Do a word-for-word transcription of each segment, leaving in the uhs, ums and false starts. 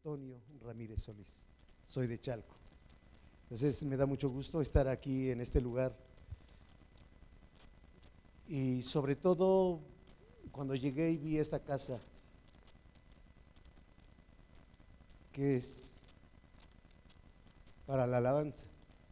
Antonio Ramírez Solís, soy de Chalco. Entonces me da mucho gusto estar aquí en este lugar y sobre todo cuando llegué y vi esta casa, que es para la alabanza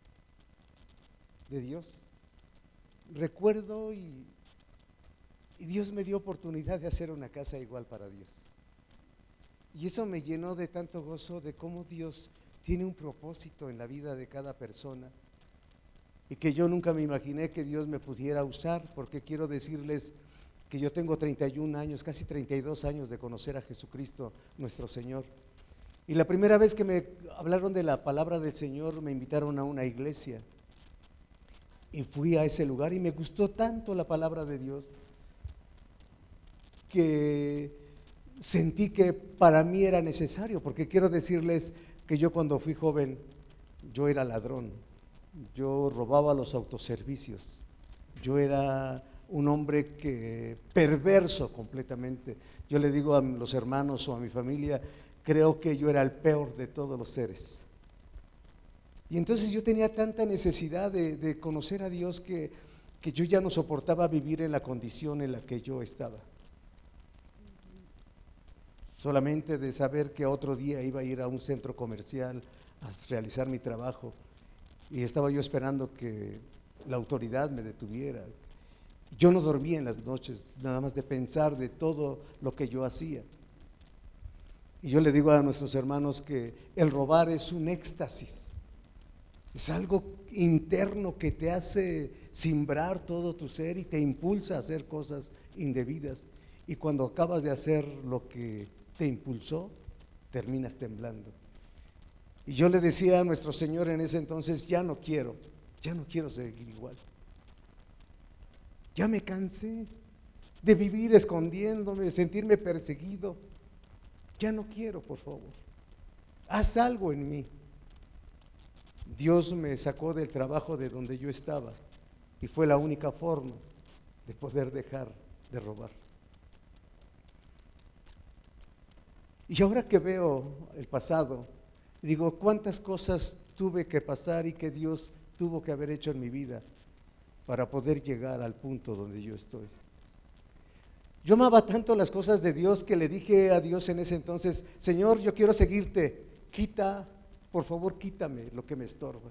de Dios. Recuerdo y, y Dios me dio oportunidad de hacer una casa igual para Dios. Y eso me llenó de tanto gozo de cómo Dios tiene un propósito en la vida de cada persona y que yo nunca me imaginé que Dios me pudiera usar, porque quiero decirles que yo tengo treinta y un años, casi treinta y dos años de conocer a Jesucristo nuestro Señor. Y la primera vez que me hablaron de la palabra del Señor me invitaron a una iglesia y fui a ese lugar y me gustó tanto la palabra de Dios que sentí que para mí era necesario, porque quiero decirles que yo cuando fui joven, yo era ladrón, yo robaba los autoservicios, yo era un hombre que perverso completamente. Yo le digo a los hermanos o a mi familia, creo que yo era el peor de todos los seres. Y entonces yo tenía tanta necesidad de, de conocer a Dios que, que yo ya no soportaba vivir en la condición en la que yo estaba. Solamente de saber que otro día iba a ir a un centro comercial a realizar mi trabajo y estaba yo esperando que la autoridad me detuviera. Yo no dormía en las noches, nada más de pensar de todo lo que yo hacía. Y yo le digo a nuestros hermanos que el robar es un éxtasis, es algo interno que te hace simbrar todo tu ser y te impulsa a hacer cosas indebidas. Y cuando acabas de hacer lo que te impulsó, terminas temblando. Y yo le decía a nuestro Señor en ese entonces, ya no quiero, ya no quiero seguir igual. Ya me cansé de vivir escondiéndome, de sentirme perseguido. Ya no quiero, por favor. Haz algo en mí. Dios me sacó del trabajo de donde yo estaba y fue la única forma de poder dejar de robar. Y ahora que veo el pasado, digo, cuántas cosas tuve que pasar y que Dios tuvo que haber hecho en mi vida para poder llegar al punto donde yo estoy. Yo amaba tanto las cosas de Dios que le dije a Dios en ese entonces, Señor, yo quiero seguirte, quita, por favor, quítame lo que me estorba.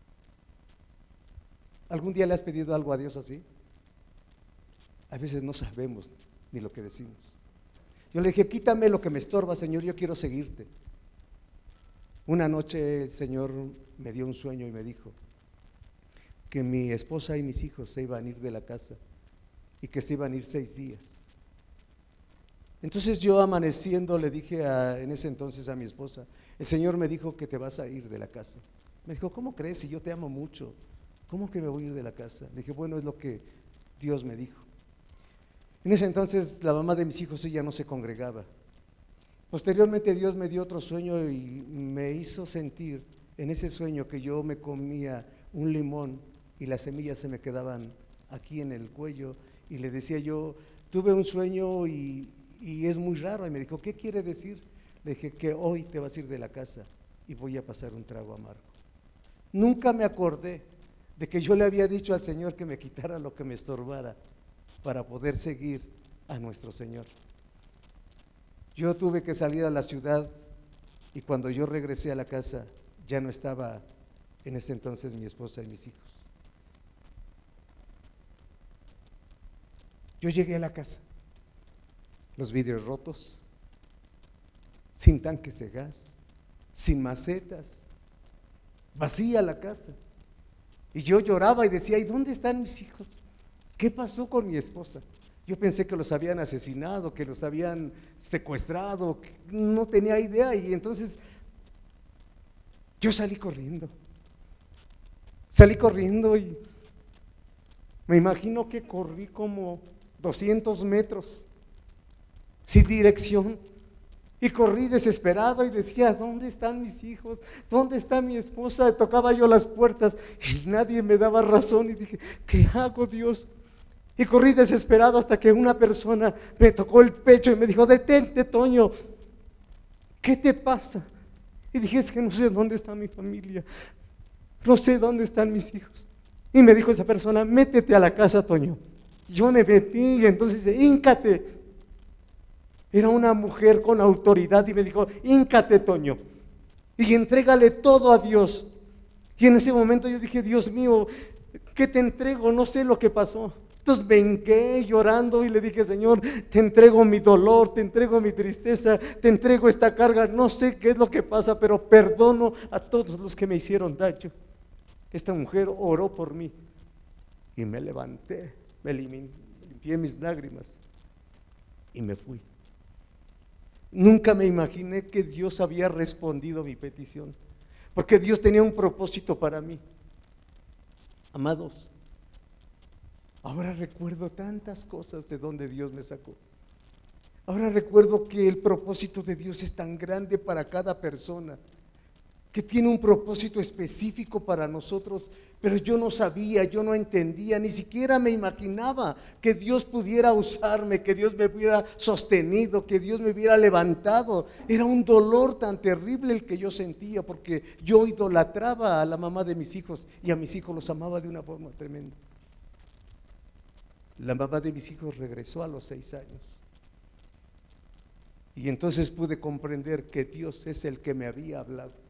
¿Algún día le has pedido algo a Dios así? A veces no sabemos ni lo que decimos. Yo le dije, quítame lo que me estorba, Señor, yo quiero seguirte. Una noche el Señor me dio un sueño y me dijo que mi esposa y mis hijos se iban a ir de la casa y que se iban a ir seis días. Entonces yo amaneciendo le dije a, en ese entonces a mi esposa, el Señor me dijo que te vas a ir de la casa. Me dijo, ¿cómo crees? Si yo te amo mucho, ¿cómo que me voy a ir de la casa? Le dije, bueno, es lo que Dios me dijo. En ese entonces la mamá de mis hijos ella no se congregaba. Posteriormente Dios me dio otro sueño y me hizo sentir en ese sueño que yo me comía un limón y las semillas se me quedaban aquí en el cuello y le decía yo, tuve un sueño y, y es muy raro. Y me dijo, ¿qué quiere decir? Le dije que hoy te vas a ir de la casa y voy a pasar un trago amargo. Nunca me acordé de que yo le había dicho al Señor que me quitara lo que me estorbara para poder seguir a nuestro Señor. Yo tuve que salir a la ciudad y cuando yo regresé a la casa ya no estaba en ese entonces mi esposa y mis hijos. Yo llegué a la casa, los vidrios rotos, sin tanques de gas, sin macetas, vacía la casa. Y yo lloraba y decía, ¿y dónde están mis hijos? ¿Qué pasó con mi esposa? Yo pensé que los habían asesinado, que los habían secuestrado, que no tenía idea. Y entonces yo salí corriendo, salí corriendo y me imagino que corrí como doscientos metros, sin dirección. Y corrí desesperado y decía, ¿dónde están mis hijos? ¿Dónde está mi esposa? Tocaba yo las puertas y nadie me daba razón y dije, ¿qué hago, Dios? Y corrí desesperado hasta que una persona me tocó el pecho y me dijo, detente, Toño, ¿qué te pasa? Y dije, es que no sé dónde está mi familia, no sé dónde están mis hijos. Y me dijo esa persona, métete a la casa, Toño. Yo me metí y entonces dice, híncate. Era una mujer con autoridad y me dijo, híncate, Toño, y entrégale todo a Dios. Y en ese momento yo dije, Dios mío, ¿qué te entrego? No sé lo que pasó. Entonces me hinqué llorando y le dije, Señor, te entrego mi dolor, te entrego mi tristeza, te entrego esta carga. No sé qué es lo que pasa, pero perdono a todos los que me hicieron daño. Esta mujer oró por mí y me levanté, me limpié mis lágrimas y me fui. Nunca me imaginé que Dios había respondido a mi petición, porque Dios tenía un propósito para mí. Amados, ahora recuerdo tantas cosas de donde Dios me sacó. Ahora recuerdo que el propósito de Dios es tan grande para cada persona, que tiene un propósito específico para nosotros, pero yo no sabía, yo no entendía, ni siquiera me imaginaba que Dios pudiera usarme, que Dios me hubiera sostenido, que Dios me hubiera levantado. Era un dolor tan terrible el que yo sentía, porque yo idolatraba a la mamá de mis hijos y a mis hijos los amaba de una forma tremenda. La mamá de mis hijos regresó a los seis años y entonces pude comprender que Dios es el que me había hablado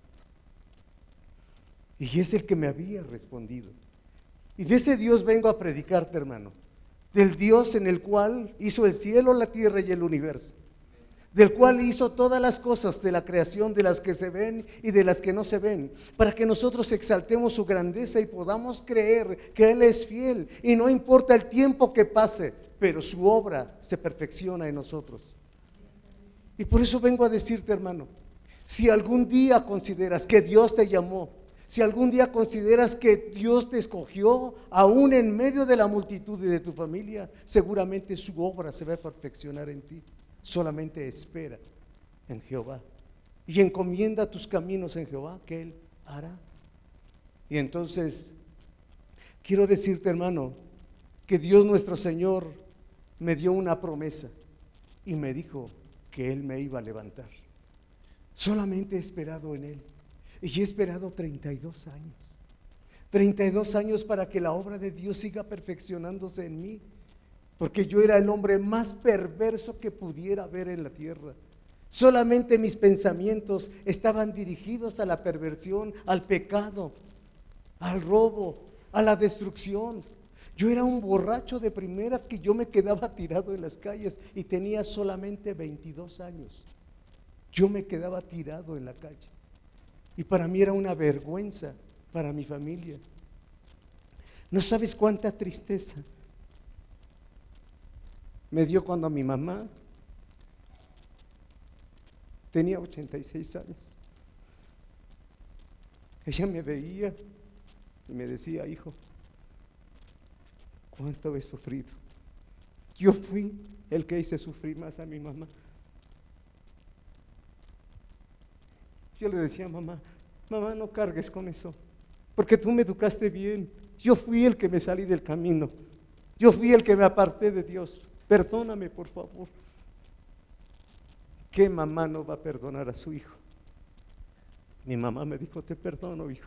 y es el que me había respondido. Y de ese Dios vengo a predicarte, hermano, del Dios en el cual hizo el cielo, la tierra y el universo, del cual hizo todas las cosas de la creación, de las que se ven y de las que no se ven, para que nosotros exaltemos su grandeza y podamos creer que Él es fiel, y no importa el tiempo que pase, pero su obra se perfecciona en nosotros. Y por eso vengo a decirte, hermano, si algún día consideras que Dios te llamó, si algún día consideras que Dios te escogió, aún en medio de la multitud y de tu familia, seguramente su obra se va a perfeccionar en ti. Solamente espera en Jehová y encomienda tus caminos en Jehová, que Él hará. Y entonces quiero decirte, hermano, que Dios nuestro Señor me dio una promesa y me dijo que Él me iba a levantar. Solamente he esperado en Él y he esperado treinta y dos años, treinta y dos años para que la obra de Dios siga perfeccionándose en mí. Porque yo era el hombre más perverso que pudiera haber en la tierra. Solamente mis pensamientos estaban dirigidos a la perversión, al pecado, al robo, a la destrucción. Yo era un borracho de primera, que yo me quedaba tirado en las calles y tenía solamente veintidós años. Yo me quedaba tirado en la calle y para mí era una vergüenza para mi familia. No sabes cuánta tristeza me dio cuando mi mamá tenía ochenta y seis años. Ella me veía y me decía, hijo, cuánto he sufrido. Yo fui el que hice sufrir más a mi mamá. Yo le decía, mamá, mamá, no cargues con eso, porque tú me educaste bien. Yo fui el que me salí del camino. Yo fui el que me aparté de Dios. Perdóname, por favor. ¿Qué mamá no va a perdonar a su hijo? Mi mamá me dijo, te perdono, hijo.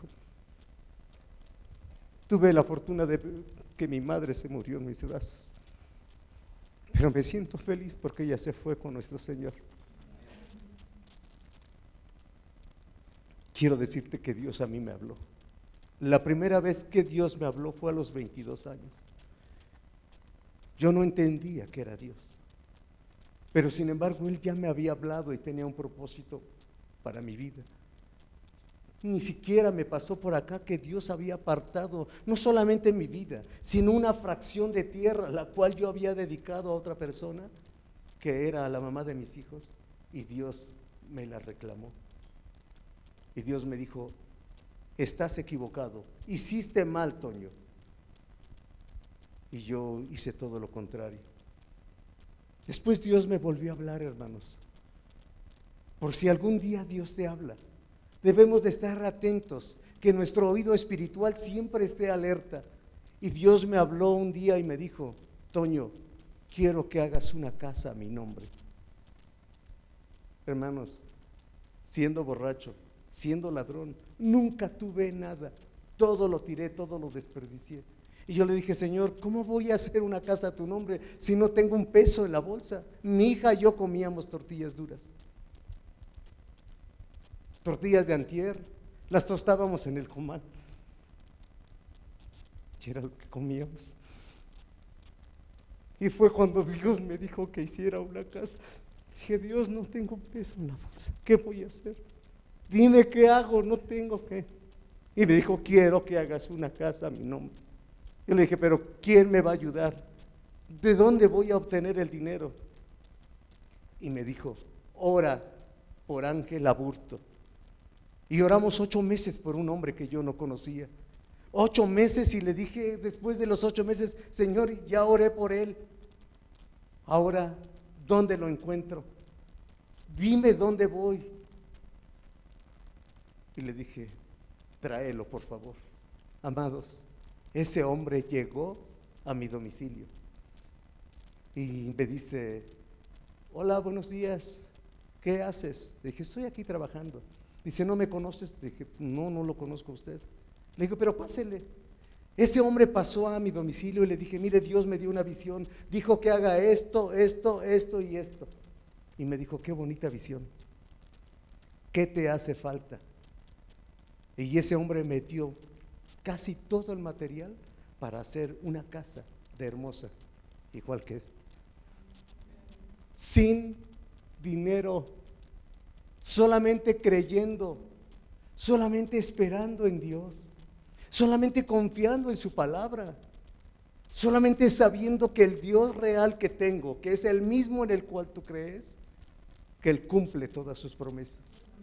Tuve la fortuna de que mi madre se murió en mis brazos, pero me siento feliz porque ella se fue con nuestro Señor. Quiero decirte que Dios a mí me habló. La primera vez que Dios me habló fue a los veintidós años. Yo no entendía que era Dios, pero sin embargo Él ya me había hablado y tenía un propósito para mi vida. Ni siquiera me pasó por acá que Dios había apartado no solamente mi vida, sino una fracción de tierra, la cual yo había dedicado a otra persona, que era a la mamá de mis hijos, y Dios me la reclamó. Y Dios me dijo, estás equivocado, hiciste mal, Toño. Y yo hice todo lo contrario. Después Dios me volvió a hablar, hermanos. Por si algún día Dios te habla, debemos de estar atentos, que nuestro oído espiritual siempre esté alerta. Y Dios me habló un día y me dijo, Toño, quiero que hagas una casa a mi nombre. Hermanos, siendo borracho, siendo ladrón, nunca tuve nada, todo lo tiré, todo lo desperdicié. Y yo le dije, Señor, ¿cómo voy a hacer una casa a tu nombre si no tengo un peso en la bolsa? Mi hija y yo comíamos tortillas duras, tortillas de antier, las tostábamos en el comal y era lo que comíamos. Y fue cuando Dios me dijo que hiciera una casa. Dije, Dios, no tengo un peso en la bolsa, ¿qué voy a hacer? Dime qué hago, no tengo qué. Y me dijo, quiero que hagas una casa a mi nombre. Yo le dije, pero ¿quién me va a ayudar? ¿De dónde voy a obtener el dinero? Y me dijo, ora por Ángel Aburto. Y oramos ocho meses por un hombre que yo no conocía. Ocho meses, y le dije después de los ocho meses, Señor, ya oré por él. Ahora, ¿dónde lo encuentro? Dime dónde voy. Y le dije, tráelo por favor. Amados, ese hombre llegó a mi domicilio y me dice, hola, buenos días, ¿qué haces? Le dije, estoy aquí trabajando. Dice, ¿no me conoces? Le dije, no, no lo conozco a usted. Le digo, pero pásele. Ese hombre pasó a mi domicilio y le dije, mire, Dios me dio una visión, dijo que haga esto, esto, esto y esto. Y me dijo, qué bonita visión, ¿qué te hace falta? Y ese hombre me dio casi todo el material para hacer una casa de hermosa, igual que esta, sin dinero, solamente creyendo, solamente esperando en Dios, solamente confiando en su palabra, solamente sabiendo que el Dios real que tengo, que es el mismo en el cual tú crees, que Él cumple todas sus promesas.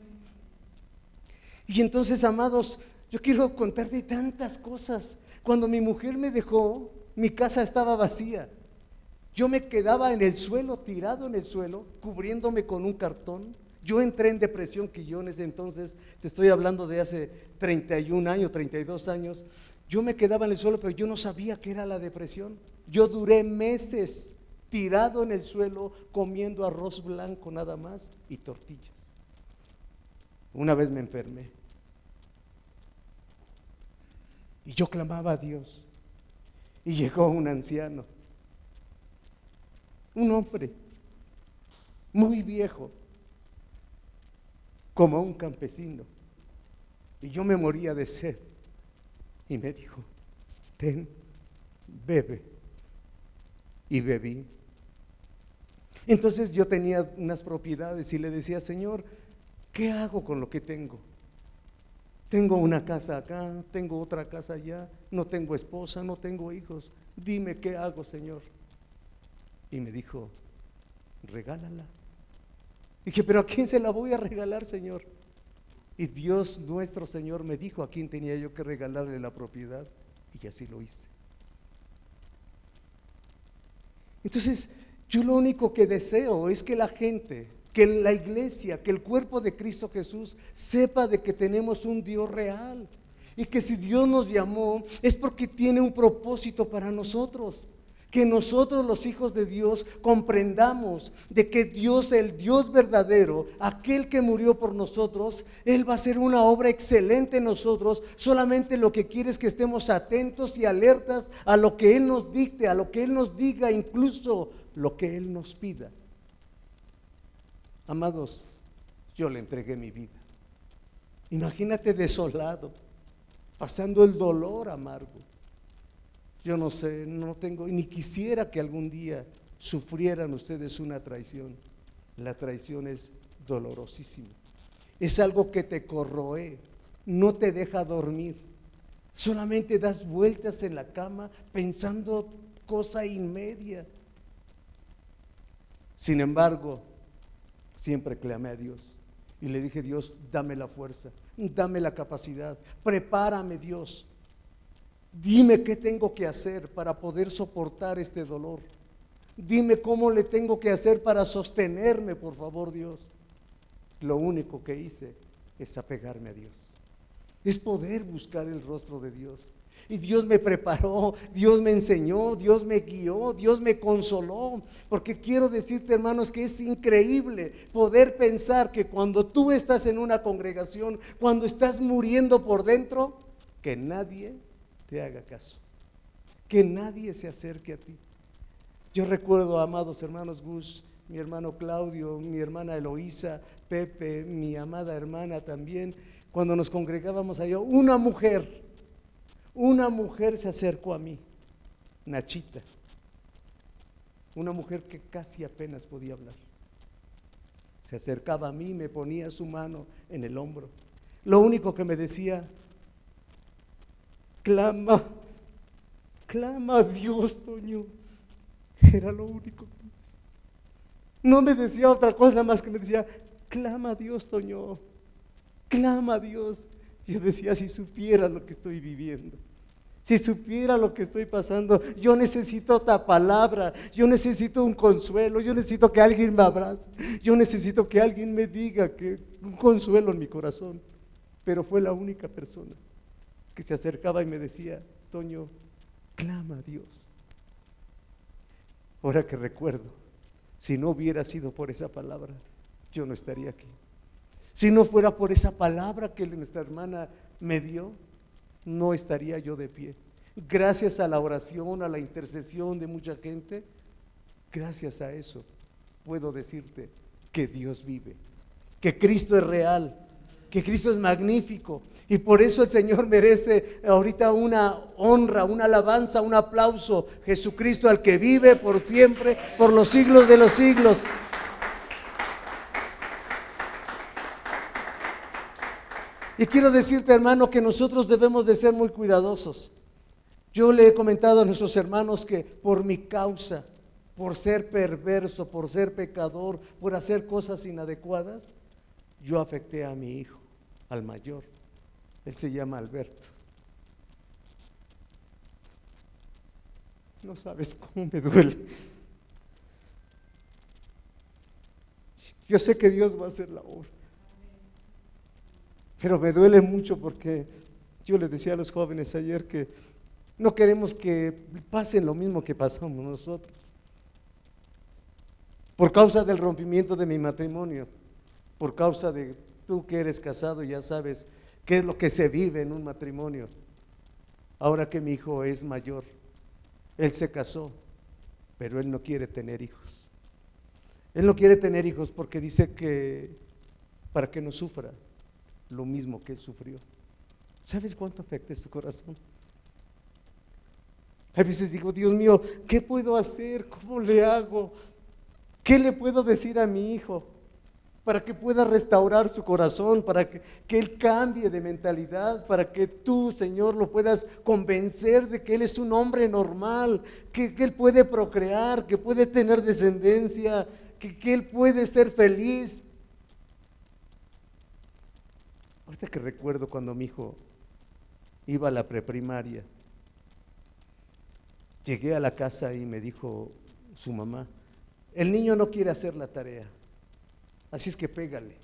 Y entonces, amados, yo quiero contarte tantas cosas. Cuando mi mujer me dejó, mi casa estaba vacía. Yo me quedaba en el suelo, tirado en el suelo, cubriéndome con un cartón. Yo entré en depresión, que yo en ese entonces, te estoy hablando de hace treinta y un años, treinta y dos años, yo me quedaba en el suelo, pero yo no sabía qué era la depresión. Yo duré meses tirado en el suelo, comiendo arroz blanco nada más y tortillas. Una vez me enfermé y yo clamaba a Dios y llegó un anciano, un hombre muy viejo, como un campesino, y yo me moría de sed y me dijo, ten, bebe. Y bebí. Entonces yo tenía unas propiedades y le decía, Señor, ¿qué hago con lo que tengo? Tengo una casa acá, tengo otra casa allá, no tengo esposa, no tengo hijos. Dime qué hago, Señor. Y me dijo, regálala. Dije, pero ¿a quién se la voy a regalar, Señor? Y Dios nuestro Señor me dijo a quién tenía yo que regalarle la propiedad, y así lo hice. Entonces, yo lo único que deseo es que la gente, que la iglesia, que el cuerpo de Cristo Jesús sepa de que tenemos un Dios real y que si Dios nos llamó es porque tiene un propósito para nosotros. Que nosotros los hijos de Dios comprendamos de que Dios, el Dios verdadero, aquel que murió por nosotros, Él va a hacer una obra excelente en nosotros. Solamente lo que quiere es que estemos atentos y alertas a lo que Él nos dicte, a lo que Él nos diga, incluso lo que Él nos pida. Amados, yo le entregué mi vida. Imagínate desolado, pasando el dolor amargo. Yo no sé, no tengo, ni quisiera que algún día sufrieran ustedes una traición. La traición es dolorosísima. Es algo que te corroe, no te deja dormir. Solamente das vueltas en la cama pensando cosa inmedia. Sin embargo, siempre clamé a Dios y le dije, Dios, dame la fuerza, dame la capacidad, prepárame, Dios. Dime qué tengo que hacer para poder soportar este dolor. Dime cómo le tengo que hacer para sostenerme, por favor, Dios. Lo único que hice es apegarme a Dios. Es poder buscar el rostro de Dios. Y Dios me preparó, Dios me enseñó, Dios me guió, Dios me consoló. Porque quiero decirte, hermanos, que es increíble poder pensar que cuando tú estás en una congregación, cuando estás muriendo por dentro, que nadie te haga caso, que nadie se acerque a ti. Yo recuerdo, amados hermanos Gus, mi hermano Claudio, mi hermana Eloísa, Pepe, mi amada hermana también, cuando nos congregábamos allá, una mujer, una mujer se acercó a mí, Nachita, una mujer que casi apenas podía hablar. Se acercaba a mí, me ponía su mano en el hombro. Lo único que me decía: clama, clama a Dios, Toño. Era lo único que me decía. No me decía otra cosa más que me decía: clama a Dios, Toño, clama a Dios. Yo decía: si supiera lo que estoy viviendo, si supiera lo que estoy pasando, yo necesito otra palabra, yo necesito un consuelo, yo necesito que alguien me abrace, yo necesito que alguien me diga que un consuelo en mi corazón. Pero fue la única persona que se acercaba y me decía: Toño, clama a Dios. Ahora que recuerdo, si no hubiera sido por esa palabra, yo no estaría aquí. Si no fuera por esa palabra que nuestra hermana me dio, no estaría yo de pie. Gracias a la oración, a la intercesión de mucha gente, gracias a eso puedo decirte que Dios vive, que Cristo es real, que Cristo es magnífico. Y por eso el Señor merece ahorita una honra, una alabanza, un aplauso. Jesucristo, al que vive por siempre, por los siglos de los siglos. Y quiero decirte, hermano, que nosotros debemos de ser muy cuidadosos. Yo le he comentado a nuestros hermanos que por mi causa, por ser perverso, por ser pecador, por hacer cosas inadecuadas, yo afecté a mi hijo, al mayor. Él se llama Alberto. No sabes cómo me duele. Yo sé que Dios va a hacer la obra, pero me duele mucho porque yo les decía a los jóvenes ayer que no queremos que pasen lo mismo que pasamos nosotros. Por causa del rompimiento de mi matrimonio, por causa de tú que eres casado, ya sabes qué es lo que se vive en un matrimonio. Ahora que mi hijo es mayor, él se casó, pero él no quiere tener hijos. Él no quiere tener hijos porque dice que para que no sufra lo mismo que él sufrió. ¿Sabes cuánto afecta su corazón? A veces digo: Dios mío, ¿qué puedo hacer? ¿Cómo le hago? ¿Qué le puedo decir a mi hijo para que pueda restaurar su corazón, para que, que él cambie de mentalidad, para que tú, Señor, lo puedas convencer de que él es un hombre normal, que, que él puede procrear, que puede tener descendencia, que, que él puede ser feliz? Ahorita que recuerdo cuando mi hijo iba a la preprimaria, llegué a la casa y me dijo su mamá: el niño no quiere hacer la tarea, así es que pégale.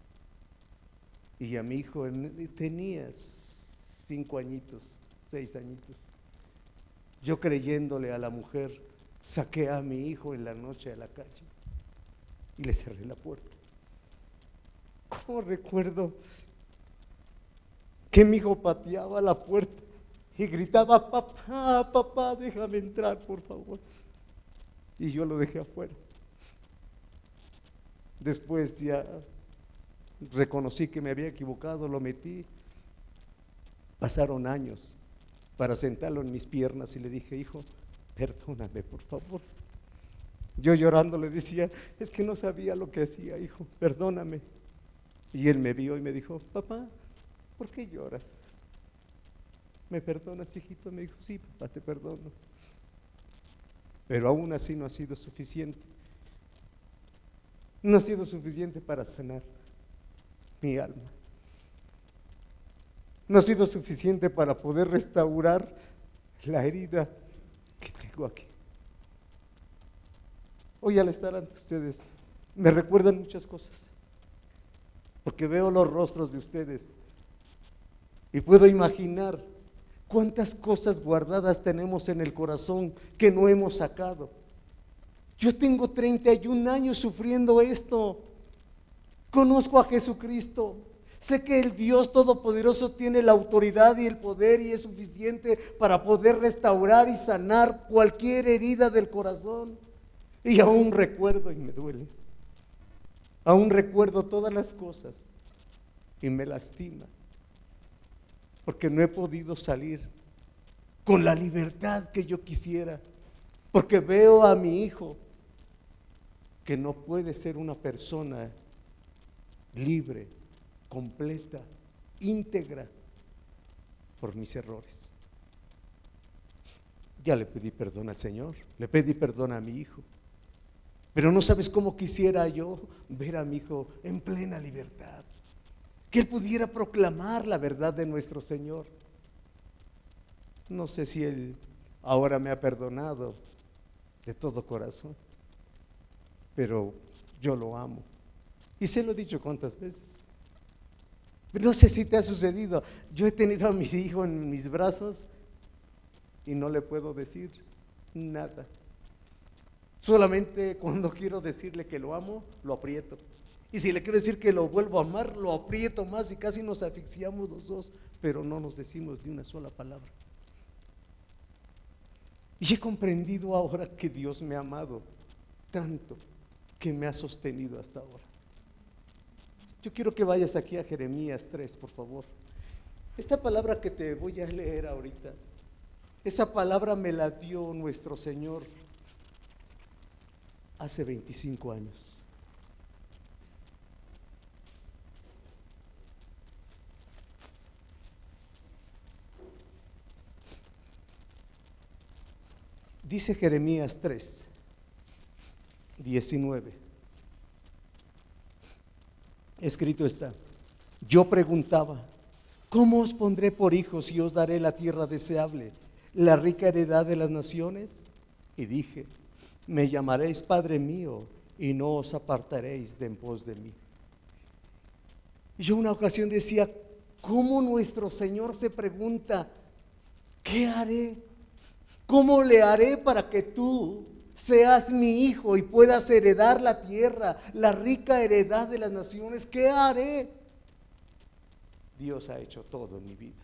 Y a mi hijo tenía cinco añitos, seis añitos. Yo, creyéndole a la mujer, saqué a mi hijo en la noche a la calle y le cerré la puerta. ¿Cómo recuerdo que mi hijo pateaba la puerta y gritaba: papá, papá, déjame entrar, por favor? Y yo lo dejé afuera. Después ya reconocí que me había equivocado, lo metí. Pasaron años para sentarlo en mis piernas y le dije: hijo, perdóname, por favor. Yo llorando le decía: es que no sabía lo que hacía, hijo, perdóname. Y él me vio y me dijo: papá, ¿por qué lloras? ¿Me perdonas, hijito? Me dijo: sí, papá, te perdono. Pero aún así no ha sido suficiente. No ha sido suficiente para sanar mi alma. No ha sido suficiente para poder restaurar la herida que tengo aquí. Hoy, al estar ante ustedes, me recuerdan muchas cosas, porque veo los rostros de ustedes y puedo imaginar ¿Cuántas cosas guardadas tenemos en el corazón que no hemos sacado? Yo tengo treinta y un años sufriendo esto. Conozco a Jesucristo. Sé que el Dios Todopoderoso tiene la autoridad y el poder y es suficiente para poder restaurar y sanar cualquier herida del corazón. Y aún recuerdo y me duele. Aún recuerdo todas las cosas y me lastima, porque no he podido salir con la libertad que yo quisiera, porque veo a mi hijo que no puede ser una persona libre, completa, íntegra por mis errores. Ya le pedí perdón al Señor, le pedí perdón a mi hijo, pero no sabes cómo quisiera yo ver a mi hijo en plena libertad, que él pudiera proclamar la verdad de nuestro Señor. No sé si él ahora me ha perdonado de todo corazón, pero yo lo amo y se lo he dicho cuántas veces. No sé si te ha sucedido. Yo he tenido a mi hijo en mis brazos y no le puedo decir nada. Solamente cuando quiero decirle que lo amo, lo aprieto. Y si le quiero decir que lo vuelvo a amar, lo aprieto más y casi nos asfixiamos los dos, pero no nos decimos ni una sola palabra. Y he comprendido ahora que Dios me ha amado tanto que me ha sostenido hasta ahora. Yo quiero que vayas aquí a Jeremías tres, por favor. Esta palabra que te voy a leer ahorita, esa palabra me la dio nuestro Señor hace veinticinco años. Dice Jeremías tres, diecinueve. Escrito está: yo preguntaba, ¿cómo os pondré por hijos y os daré la tierra deseable, la rica heredad de las naciones? Y dije, me llamaréis Padre mío y no os apartaréis de en pos de mí. Y yo una ocasión decía, ¿cómo nuestro Señor se pregunta, ¿qué haré? ¿Cómo le haré para que tú seas mi hijo y puedas heredar la tierra, la rica heredad de las naciones? ¿Qué haré? Dios ha hecho todo en mi vida.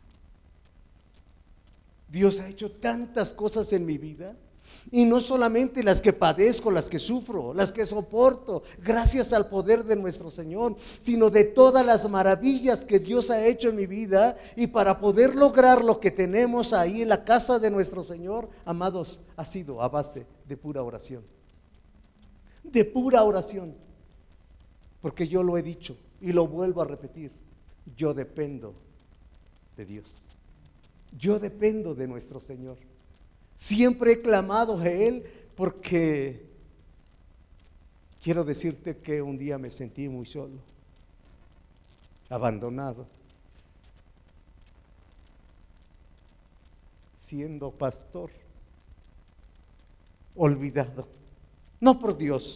Dios ha hecho tantas cosas en mi vida, y no solamente las que padezco, las que sufro, las que soporto, gracias al poder de nuestro Señor, sino de todas las maravillas que Dios ha hecho en mi vida. Y para poder lograr lo que tenemos ahí en la casa de nuestro Señor, amados, ha sido a base de pura oración, de pura oración, porque yo lo he dicho y lo vuelvo a repetir, yo dependo de Dios, yo dependo de nuestro Señor. Siempre he clamado a Él, porque quiero decirte que un día me sentí muy solo, abandonado, siendo pastor, olvidado, no por Dios,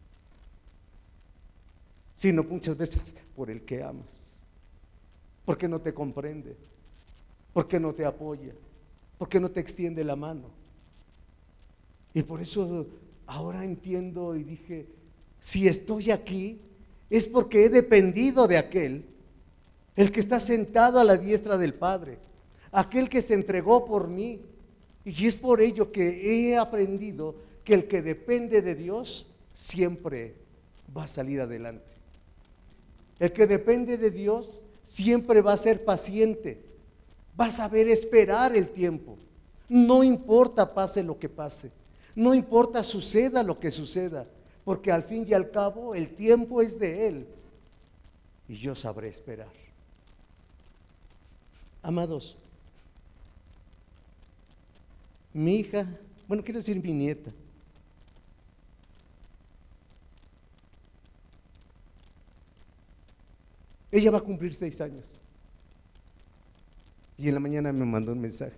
sino muchas veces por el que amas, porque no te comprende, porque no te apoya, porque no te extiende la mano. Y por eso ahora entiendo y dije, si estoy aquí es porque he dependido de aquel, el que está sentado a la diestra del Padre, aquel que se entregó por mí. Y es por ello que he aprendido que el que depende de Dios siempre va a salir adelante. El que depende de Dios siempre va a ser paciente, va a saber esperar el tiempo. No importa pase lo que pase, no importa suceda lo que suceda, porque al fin y al cabo el tiempo es de Él y yo sabré esperar. Amados, mi hija, bueno, quiero decir mi nieta, ella va a cumplir seis años. Y en la mañana me mandó un mensaje.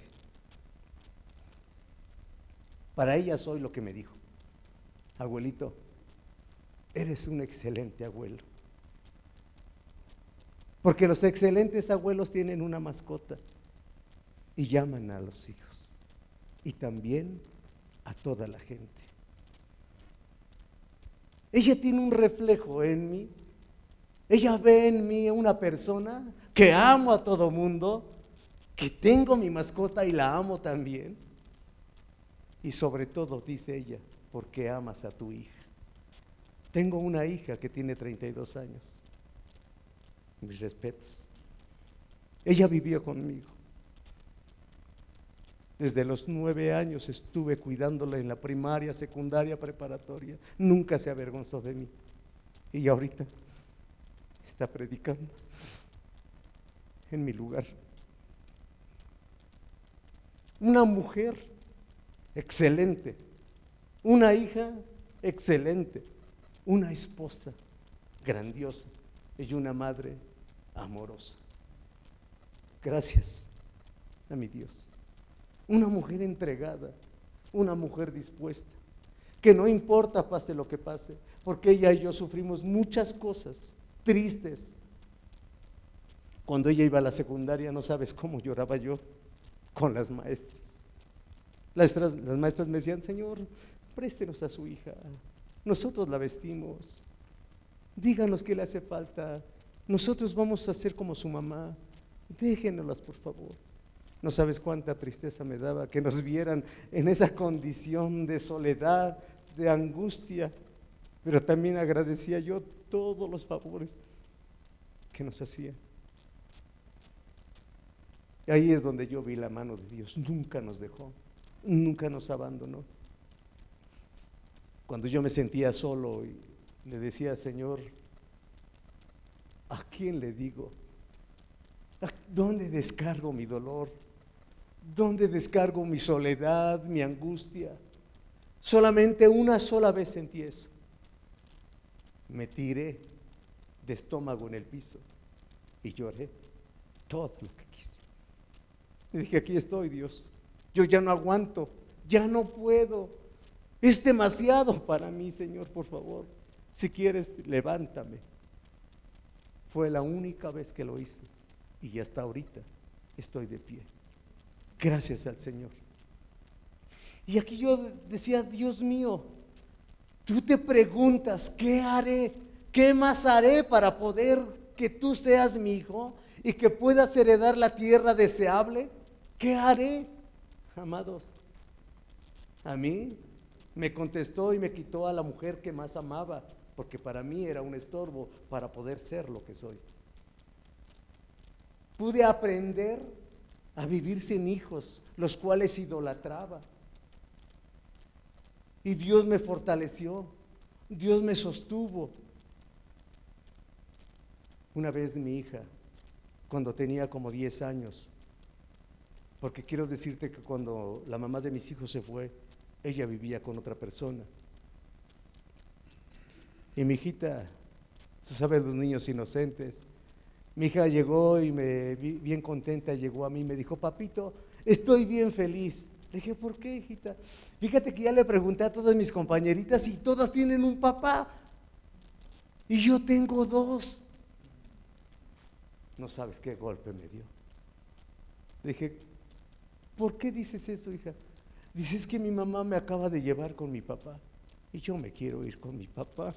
Para ella soy lo que me dijo: abuelito, eres un excelente abuelo. Porque los excelentes abuelos tienen una mascota. y llaman a los hijos y también a toda la gente. Ella tiene un reflejo en mí. Ella ve en mí una persona que amo a todo mundo, que tengo mi mascota y la amo también. Y sobre todo, dice ella, porque amas a tu hija. Tengo una hija que tiene treinta y dos años. Mis respetos. Ella vivió conmigo. Desde los nueve años estuve cuidándola en la primaria, secundaria, preparatoria. Nunca se avergonzó de mí. Y ahorita está predicando en mi lugar. Una mujer excelente, una hija excelente, una esposa grandiosa y una madre amorosa. Gracias a mi Dios. Una mujer entregada, una mujer dispuesta, que no importa pase lo que pase, porque ella y yo sufrimos muchas cosas tristes. Cuando ella iba a la secundaria, no sabes cómo lloraba yo con las maestras. Las, las maestras me decían: Señor, préstenos a su hija, nosotros la vestimos, díganos qué le hace falta, nosotros vamos a ser como su mamá, déjenoslas por favor. No sabes cuánta tristeza me daba que nos vieran en esa condición de soledad, de angustia, pero también agradecía yo todos los favores que nos hacían. Y ahí es donde yo vi la mano de Dios. Nunca nos dejó, nunca nos abandonó. Cuando yo me sentía solo y le decía: Señor, ¿a quién le digo? ¿Dónde descargo mi dolor? ¿Dónde descargo mi soledad, mi angustia? Solamente una sola vez sentí eso. Me tiré de estómago en el piso y lloré todo lo que quise. Y dije: aquí estoy, Dios, yo ya no aguanto, ya no puedo, es demasiado para mí, Señor, por favor, si quieres, levántame. Fue la única vez que lo hice y hasta ahorita estoy de pie, gracias al Señor. Y aquí yo decía: Dios mío, tú te preguntas, ¿qué haré? ¿Qué más haré para poder que tú seas mi hijo y que puedas heredar la tierra deseable? ¿Qué haré? Amados, a mí me contestó y me quitó a la mujer que más amaba, porque para mí era un estorbo para poder ser lo que soy. Pude aprender a vivir sin hijos, los cuales idolatraba. Y Dios me fortaleció, Dios me sostuvo. Una vez mi hija, cuando tenía como diez años, porque quiero decirte que cuando la mamá de mis hijos se fue, ella vivía con otra persona. Y mi hijita, tú sabes, los niños inocentes, mi hija llegó y me vi bien contenta, llegó a mí y me dijo: papito, estoy bien feliz. Le dije: ¿por qué, hijita? Fíjate que ya le pregunté a todas mis compañeritas y todas tienen un papá y yo tengo dos. No sabes qué golpe me dio. Le dije: ¿por qué dices eso, hija? Dices que mi mamá me acaba de llevar con mi papá y yo me quiero ir con mi papá.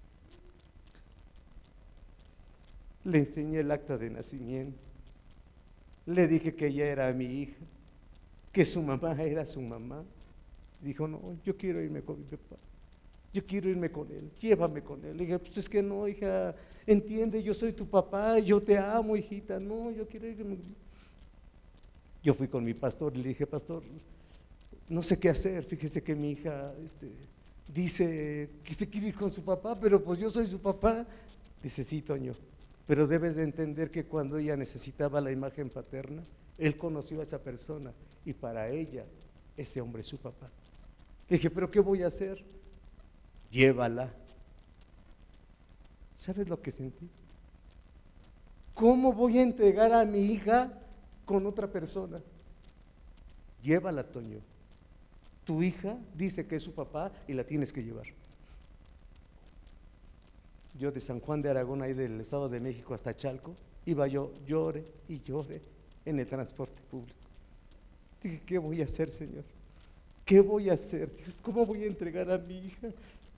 Le enseñé el acta de nacimiento, le dije que ella era mi hija, que su mamá era su mamá. Dijo: no, yo quiero irme con mi papá, yo quiero irme con él, llévame con él. Le dije: pues es que no, hija, entiende, yo soy tu papá, yo te amo, hijita, no, yo quiero irme. Yo fui con mi pastor y le dije: pastor, no sé qué hacer, fíjese que mi hija este, dice que se quiere ir con su papá, pero pues yo soy su papá. Dice: sí, Toño, pero debes de entender que cuando ella necesitaba la imagen paterna, él conoció a esa persona y para ella ese hombre es su papá. Le dije: pero ¿qué voy a hacer? Llévala. ¿Sabes lo que sentí? ¿Cómo voy a entregar a mi hija con otra persona? Llévala, Toño. Tu hija dice que es su papá y la tienes que llevar. Yo de San Juan de Aragón, ahí del Estado de México hasta Chalco, iba yo, llore y llore en el transporte público. Dije, ¿qué voy a hacer, Señor? ¿Qué voy a hacer, Dios? ¿Cómo voy a entregar a mi hija?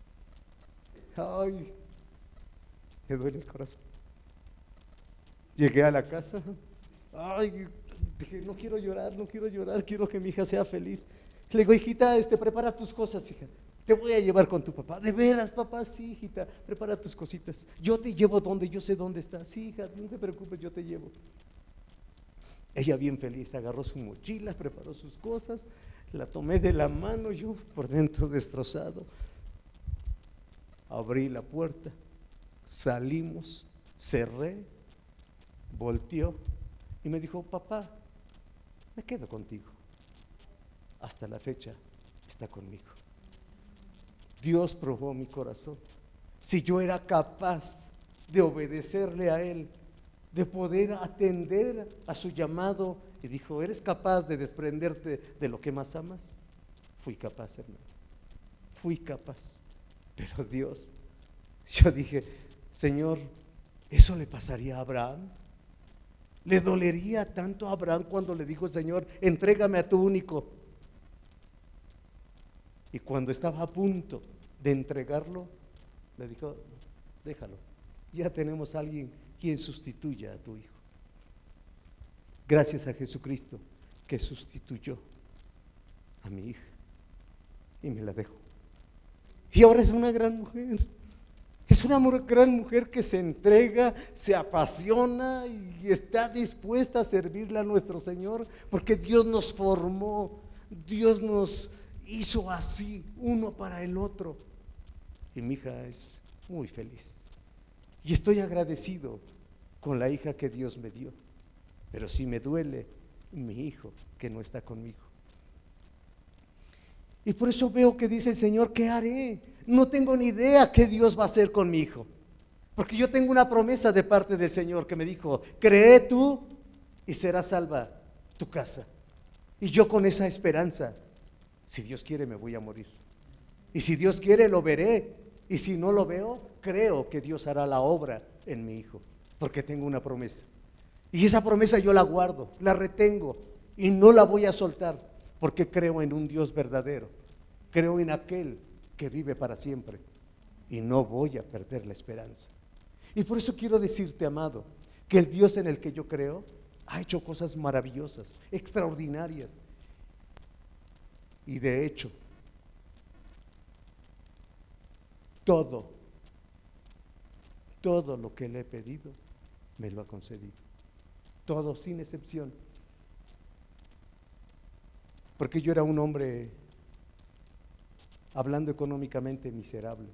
Ay, me duele el corazón. Llegué a la casa. Ay, dije, no quiero llorar, no quiero llorar, quiero que mi hija sea feliz. Le digo, hijita, este, prepara tus cosas, hija. Te voy a llevar con tu papá. ¿De veras, papá? Sí, hijita, prepara tus cositas. Yo te llevo donde yo sé dónde está. Sí, hija, no te preocupes, yo te llevo. Ella bien feliz, agarró su mochila, preparó sus cosas, la tomé de la mano, yo por dentro destrozado. Abrí la puerta, salimos, cerré, volteó y me dijo, papá, me quedo contigo. Hasta la fecha está conmigo. Dios probó mi corazón. Si yo era capaz de obedecerle a Él, de poder atender a su llamado, y dijo, ¿eres capaz de desprenderte de lo que más amas? Fui capaz, hermano, fui capaz. Pero Dios, yo dije, Señor, ¿eso le pasaría a Abraham? ¿Le dolería tanto a Abraham cuando le dijo, Señor, entrégame a tu único? Y cuando estaba a punto de entregarlo, le dijo, déjalo, ya tenemos a alguien quien sustituya a tu hijo. Gracias a Jesucristo que sustituyó a mi hija y me la dejó. Y ahora es una gran mujer. Es una gran mujer que se entrega, se apasiona y está dispuesta a servirle a nuestro Señor, porque Dios nos formó, Dios nos hizo así, uno para el otro. Y mi hija es muy feliz. Y estoy agradecido con la hija que Dios me dio. Pero sí me duele mi hijo que no está conmigo. Y por eso veo que dice el Señor, ¿qué haré? No tengo ni idea qué Dios va a hacer con mi hijo. Porque yo tengo una promesa de parte del Señor que me dijo, cree tú y será salva tu casa. Y yo con esa esperanza, si Dios quiere me voy a morir. Y si Dios quiere lo veré. Y si no lo veo, creo que Dios hará la obra en mi hijo. Porque tengo una promesa. Y esa promesa yo la guardo, la retengo y no la voy a soltar. Porque creo en un Dios verdadero. Creo en aquel que vive para siempre. Y no voy a perder la esperanza. Y por eso quiero decirte, amado, que el Dios en el que yo creo ha hecho cosas maravillosas, extraordinarias. Y de hecho, todo, todo lo que le he pedido, me lo ha concedido. Todo, sin excepción. Porque yo era un hombre, hablando económicamente, miserable.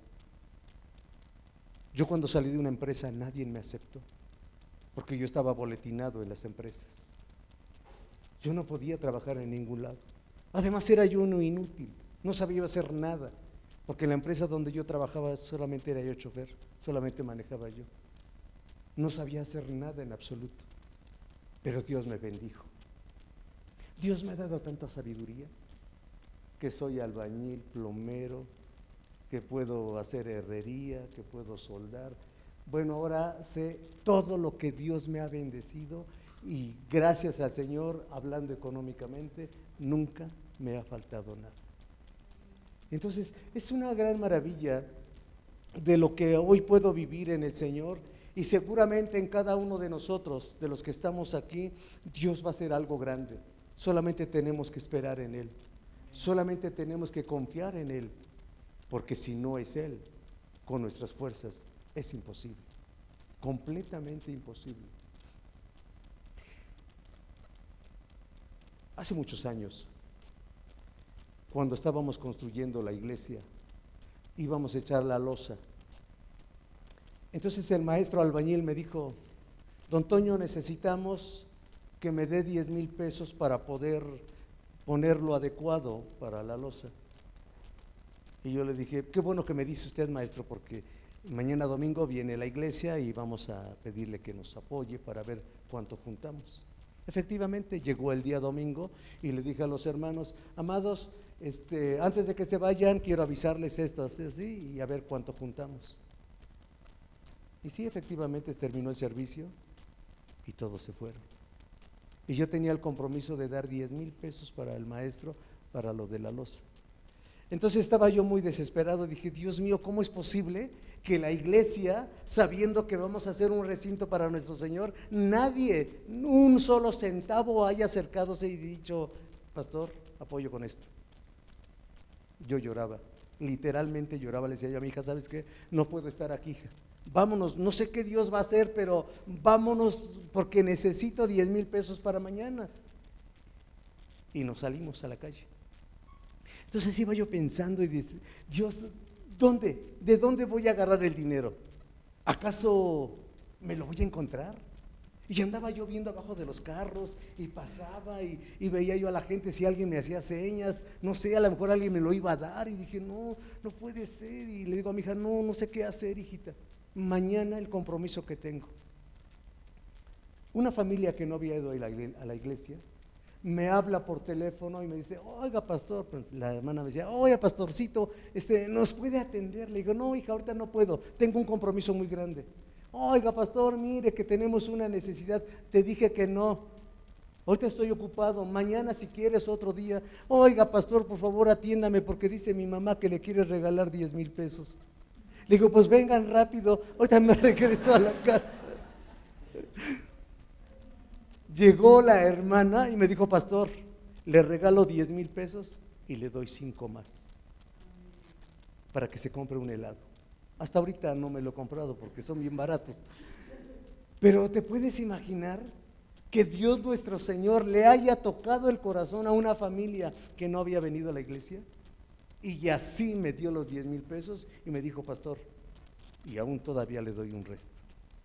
Yo cuando salí de una empresa nadie me aceptó, porque yo estaba boletinado en las empresas. Yo no podía trabajar en ningún lado. Además era yo uno inútil, no sabía hacer nada, porque en la empresa donde yo trabajaba solamente era yo chofer, solamente manejaba yo. No sabía hacer nada en absoluto, pero Dios me bendijo. Dios me ha dado tanta sabiduría, que soy albañil, plomero, que puedo hacer herrería, que puedo soldar. Bueno, ahora sé todo lo que Dios me ha bendecido y gracias al Señor, hablando económicamente, nunca me ha faltado nada. Entonces, es una gran maravilla de lo que hoy puedo vivir en el Señor, y seguramente en cada uno de nosotros, de los que estamos aquí, Dios va a hacer algo grande. Solamente tenemos que esperar en Él, solamente tenemos que confiar en Él, porque si no es Él, con nuestras fuerzas es imposible, completamente imposible. Hace muchos años, cuando estábamos construyendo la iglesia, íbamos a echar la losa. Entonces el maestro albañil me dijo, don Toño, necesitamos que me dé diez mil pesos para poder ponerlo adecuado para la losa. Y yo le dije, qué bueno que me dice usted, maestro, porque mañana domingo viene la iglesia y vamos a pedirle que nos apoye para ver cuánto juntamos. Efectivamente, llegó el día domingo y le dije a los hermanos, amados, este, antes de que se vayan, quiero avisarles esto, así, así, y a ver cuánto juntamos. Y sí, efectivamente terminó el servicio y todos se fueron. Y yo tenía el compromiso de dar diez mil pesos para el maestro, para lo de la loza. Entonces estaba yo muy desesperado, dije, Dios mío, ¿cómo es posible que la iglesia, sabiendo que vamos a hacer un recinto para nuestro Señor, nadie, un solo centavo haya acercadose y dicho, pastor, apoyo con esto? Yo lloraba, literalmente lloraba, le decía yo a mi hija, ¿sabes qué? No puedo estar aquí, hija. Vámonos, no sé qué Dios va a hacer, pero vámonos porque necesito diez mil pesos para mañana. Y nos salimos a la calle. Entonces iba yo pensando y dice, Dios, ¿dónde? ¿De dónde voy a agarrar el dinero? ¿Acaso me lo voy a encontrar? Y andaba yo viendo abajo de los carros y pasaba y, y veía yo a la gente si alguien me hacía señas, no sé, a lo mejor alguien me lo iba a dar y dije, no, no puede ser. Y le digo a mi hija, no, no sé qué hacer, hijita. Mañana el compromiso que tengo. Una familia que no había ido a la iglesia me habla por teléfono y me dice, oiga pastor, pues la hermana me decía, oiga pastorcito, este, ¿nos puede atender? Le digo, no hija, ahorita no puedo, tengo un compromiso muy grande. Oiga pastor, mire que tenemos una necesidad, te dije que no, ahorita estoy ocupado, mañana si quieres otro día. Oiga pastor, por favor atiéndame porque dice mi mamá que le quiere regalar diez mil pesos. Le digo, pues vengan rápido, ahorita me regreso a la casa. Llegó la hermana y me dijo, pastor, le regalo diez mil pesos y le doy cinco más para que se compre un helado. Hasta ahorita no me lo he comprado porque son bien baratos. Pero ¿te puedes imaginar que Dios nuestro Señor le haya tocado el corazón a una familia que no había venido a la iglesia? Y así me dio los diez mil pesos y me dijo, pastor, y aún todavía le doy un resto.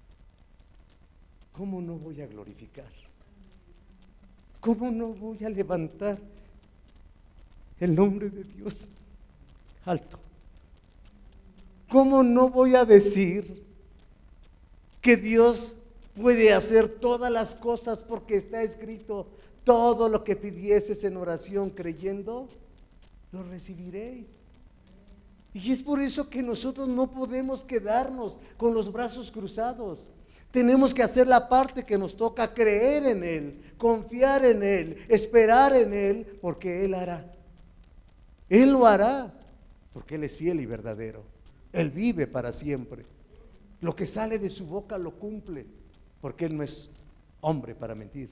¿Cómo no voy a glorificar? ¿Cómo no voy a levantar el nombre de Dios alto? ¿Cómo no voy a decir que Dios puede hacer todas las cosas porque está escrito, todo lo que pidieses en oración creyendo, lo recibiréis? Y es por eso que nosotros no podemos quedarnos con los brazos cruzados. Tenemos que hacer la parte que nos toca, creer en Él, confiar en Él, esperar en Él, porque Él hará. Él lo hará, porque Él es fiel y verdadero. Él vive para siempre. Lo que sale de su boca lo cumple, porque Él no es hombre para mentir.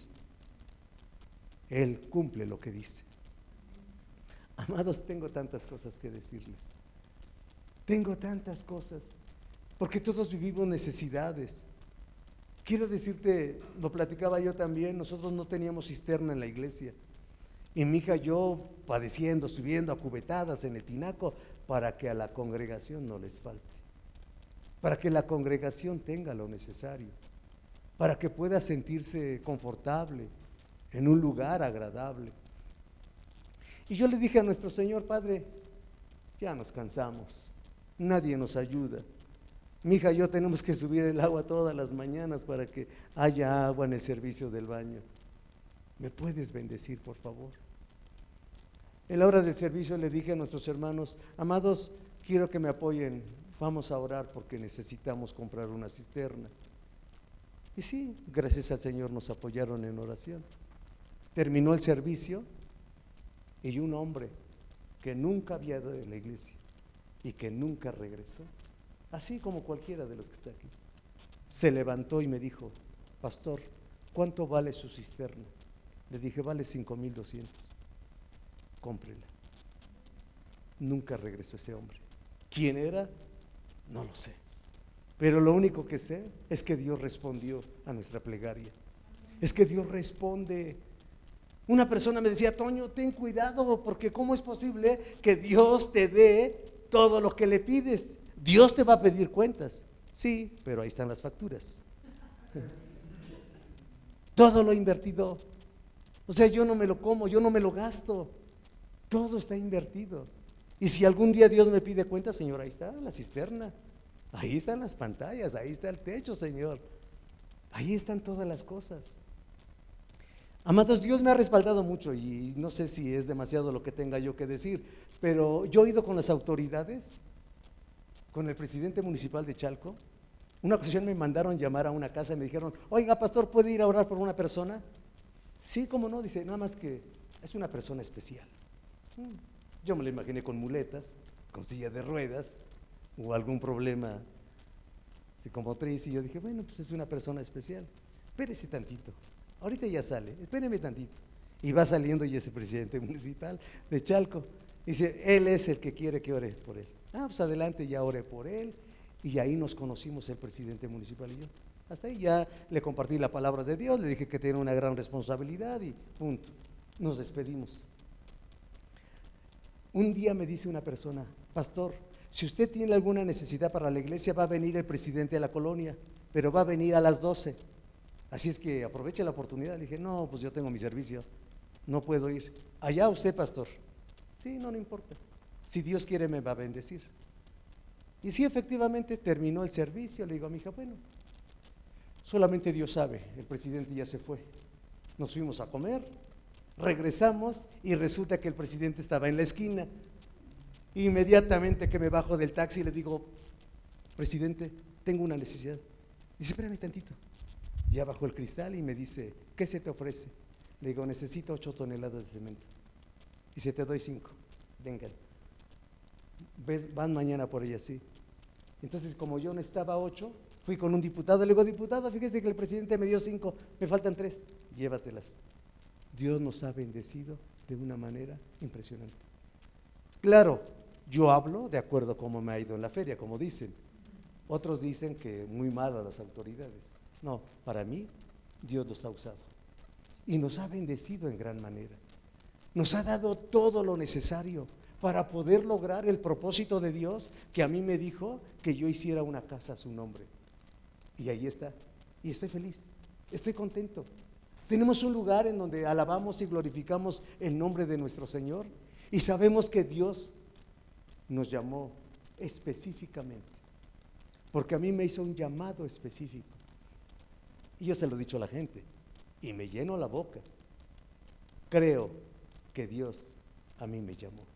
Él cumple lo que dice. Amados, tengo tantas cosas que decirles. Tengo tantas cosas, porque todos vivimos necesidades. Quiero decirte, lo platicaba yo también, nosotros no teníamos cisterna en la iglesia. Y mi hija y yo padeciendo, subiendo a cubetadas en el tinaco para que a la congregación no les falte. Para que la congregación tenga lo necesario. Para que pueda sentirse confortable en un lugar agradable. Y yo le dije a nuestro Señor, Padre, ya nos cansamos, nadie nos ayuda. Mi hija y yo tenemos que subir el agua todas las mañanas para que haya agua en el servicio del baño. ¿Me puedes bendecir, por favor? En la hora del servicio le dije a nuestros hermanos, amados, quiero que me apoyen, vamos a orar porque necesitamos comprar una cisterna. Y sí, gracias al Señor nos apoyaron en oración. Terminó el servicio y un hombre que nunca había ido a la iglesia y que nunca regresó, así como cualquiera de los que está aquí, se levantó y me dijo, pastor, ¿cuánto vale su cisterna? Le dije, vale cinco mil doscientos, cómprela. Nunca regresó ese hombre. ¿Quién era? No lo sé, pero lo único que sé es que Dios respondió a nuestra plegaria. Es que Dios responde. Una persona me decía, Toño, ten cuidado, porque ¿cómo es posible que Dios te dé todo lo que le pides? Dios te va a pedir cuentas. Sí, pero ahí están las facturas. Todo lo invertido. O sea, yo no me lo como, yo no me lo gasto. Todo está invertido. Y si algún día Dios me pide cuentas, Señor, ahí está la cisterna, ahí están las pantallas, ahí está el techo, Señor. Ahí están todas las cosas. Amados, Dios me ha respaldado mucho y no sé si es demasiado lo que tenga yo que decir, pero yo he ido con las autoridades, con el presidente municipal de Chalco. Una ocasión me mandaron llamar a una casa y me dijeron, oiga pastor, ¿puede ir a orar por una persona? Sí, cómo no, dice, nada más que es una persona especial. Yo me lo imaginé con muletas, con silla de ruedas o algún problema psicomotriz, y yo dije, bueno, pues es una persona especial, espérese tantito, ahorita ya sale, espéreme tantito. Y va saliendo y es el presidente municipal de Chalco. Dice, él es el que quiere que ore por él. Ah, pues adelante, ya oré por él. Y ahí nos conocimos el presidente municipal y yo. Hasta ahí ya le compartí la palabra de Dios, le dije que tiene una gran responsabilidad y punto. Nos despedimos. Un día me dice una persona, pastor, si usted tiene alguna necesidad para la iglesia, va a venir el presidente de la colonia, pero va a venir a las doce. Así es que aproveche la oportunidad. Le dije, no, pues yo tengo mi servicio, no puedo ir. Allá usted, pastor. Sí, no, no importa. Si Dios quiere me va a bendecir. Y sí, efectivamente terminó el servicio. Le digo a mi hija, bueno, solamente Dios sabe, el presidente ya se fue. Nos fuimos a comer, regresamos y resulta que el presidente estaba en la esquina. Inmediatamente que me bajo del taxi le digo, presidente, tengo una necesidad. Dice, espérame tantito. Ya bajó el cristal y me dice, ¿qué se te ofrece? Le digo, necesito ocho toneladas de cemento. Dice, te doy cinco, vengan. Van mañana por ella, sí. Entonces, como yo necesitaba ocho, fui con un diputado, le digo, diputado, fíjese que el presidente me dio cinco, me faltan tres, llévatelas. Dios nos ha bendecido de una manera impresionante. Claro, yo hablo de acuerdo a cómo me ha ido en la feria, como dicen. Otros dicen que muy mal a las autoridades. No, para mí, Dios nos ha usado y nos ha bendecido en gran manera. Nos ha dado todo lo necesario para poder lograr el propósito de Dios, que a mí me dijo que yo hiciera una casa a su nombre. Y ahí está, y estoy feliz, estoy contento. Tenemos un lugar en donde alabamos y glorificamos el nombre de nuestro Señor y sabemos que Dios nos llamó específicamente, porque a mí me hizo un llamado específico. Y yo se lo he dicho a la gente y me lleno la boca. Creo que Dios a mí me llamó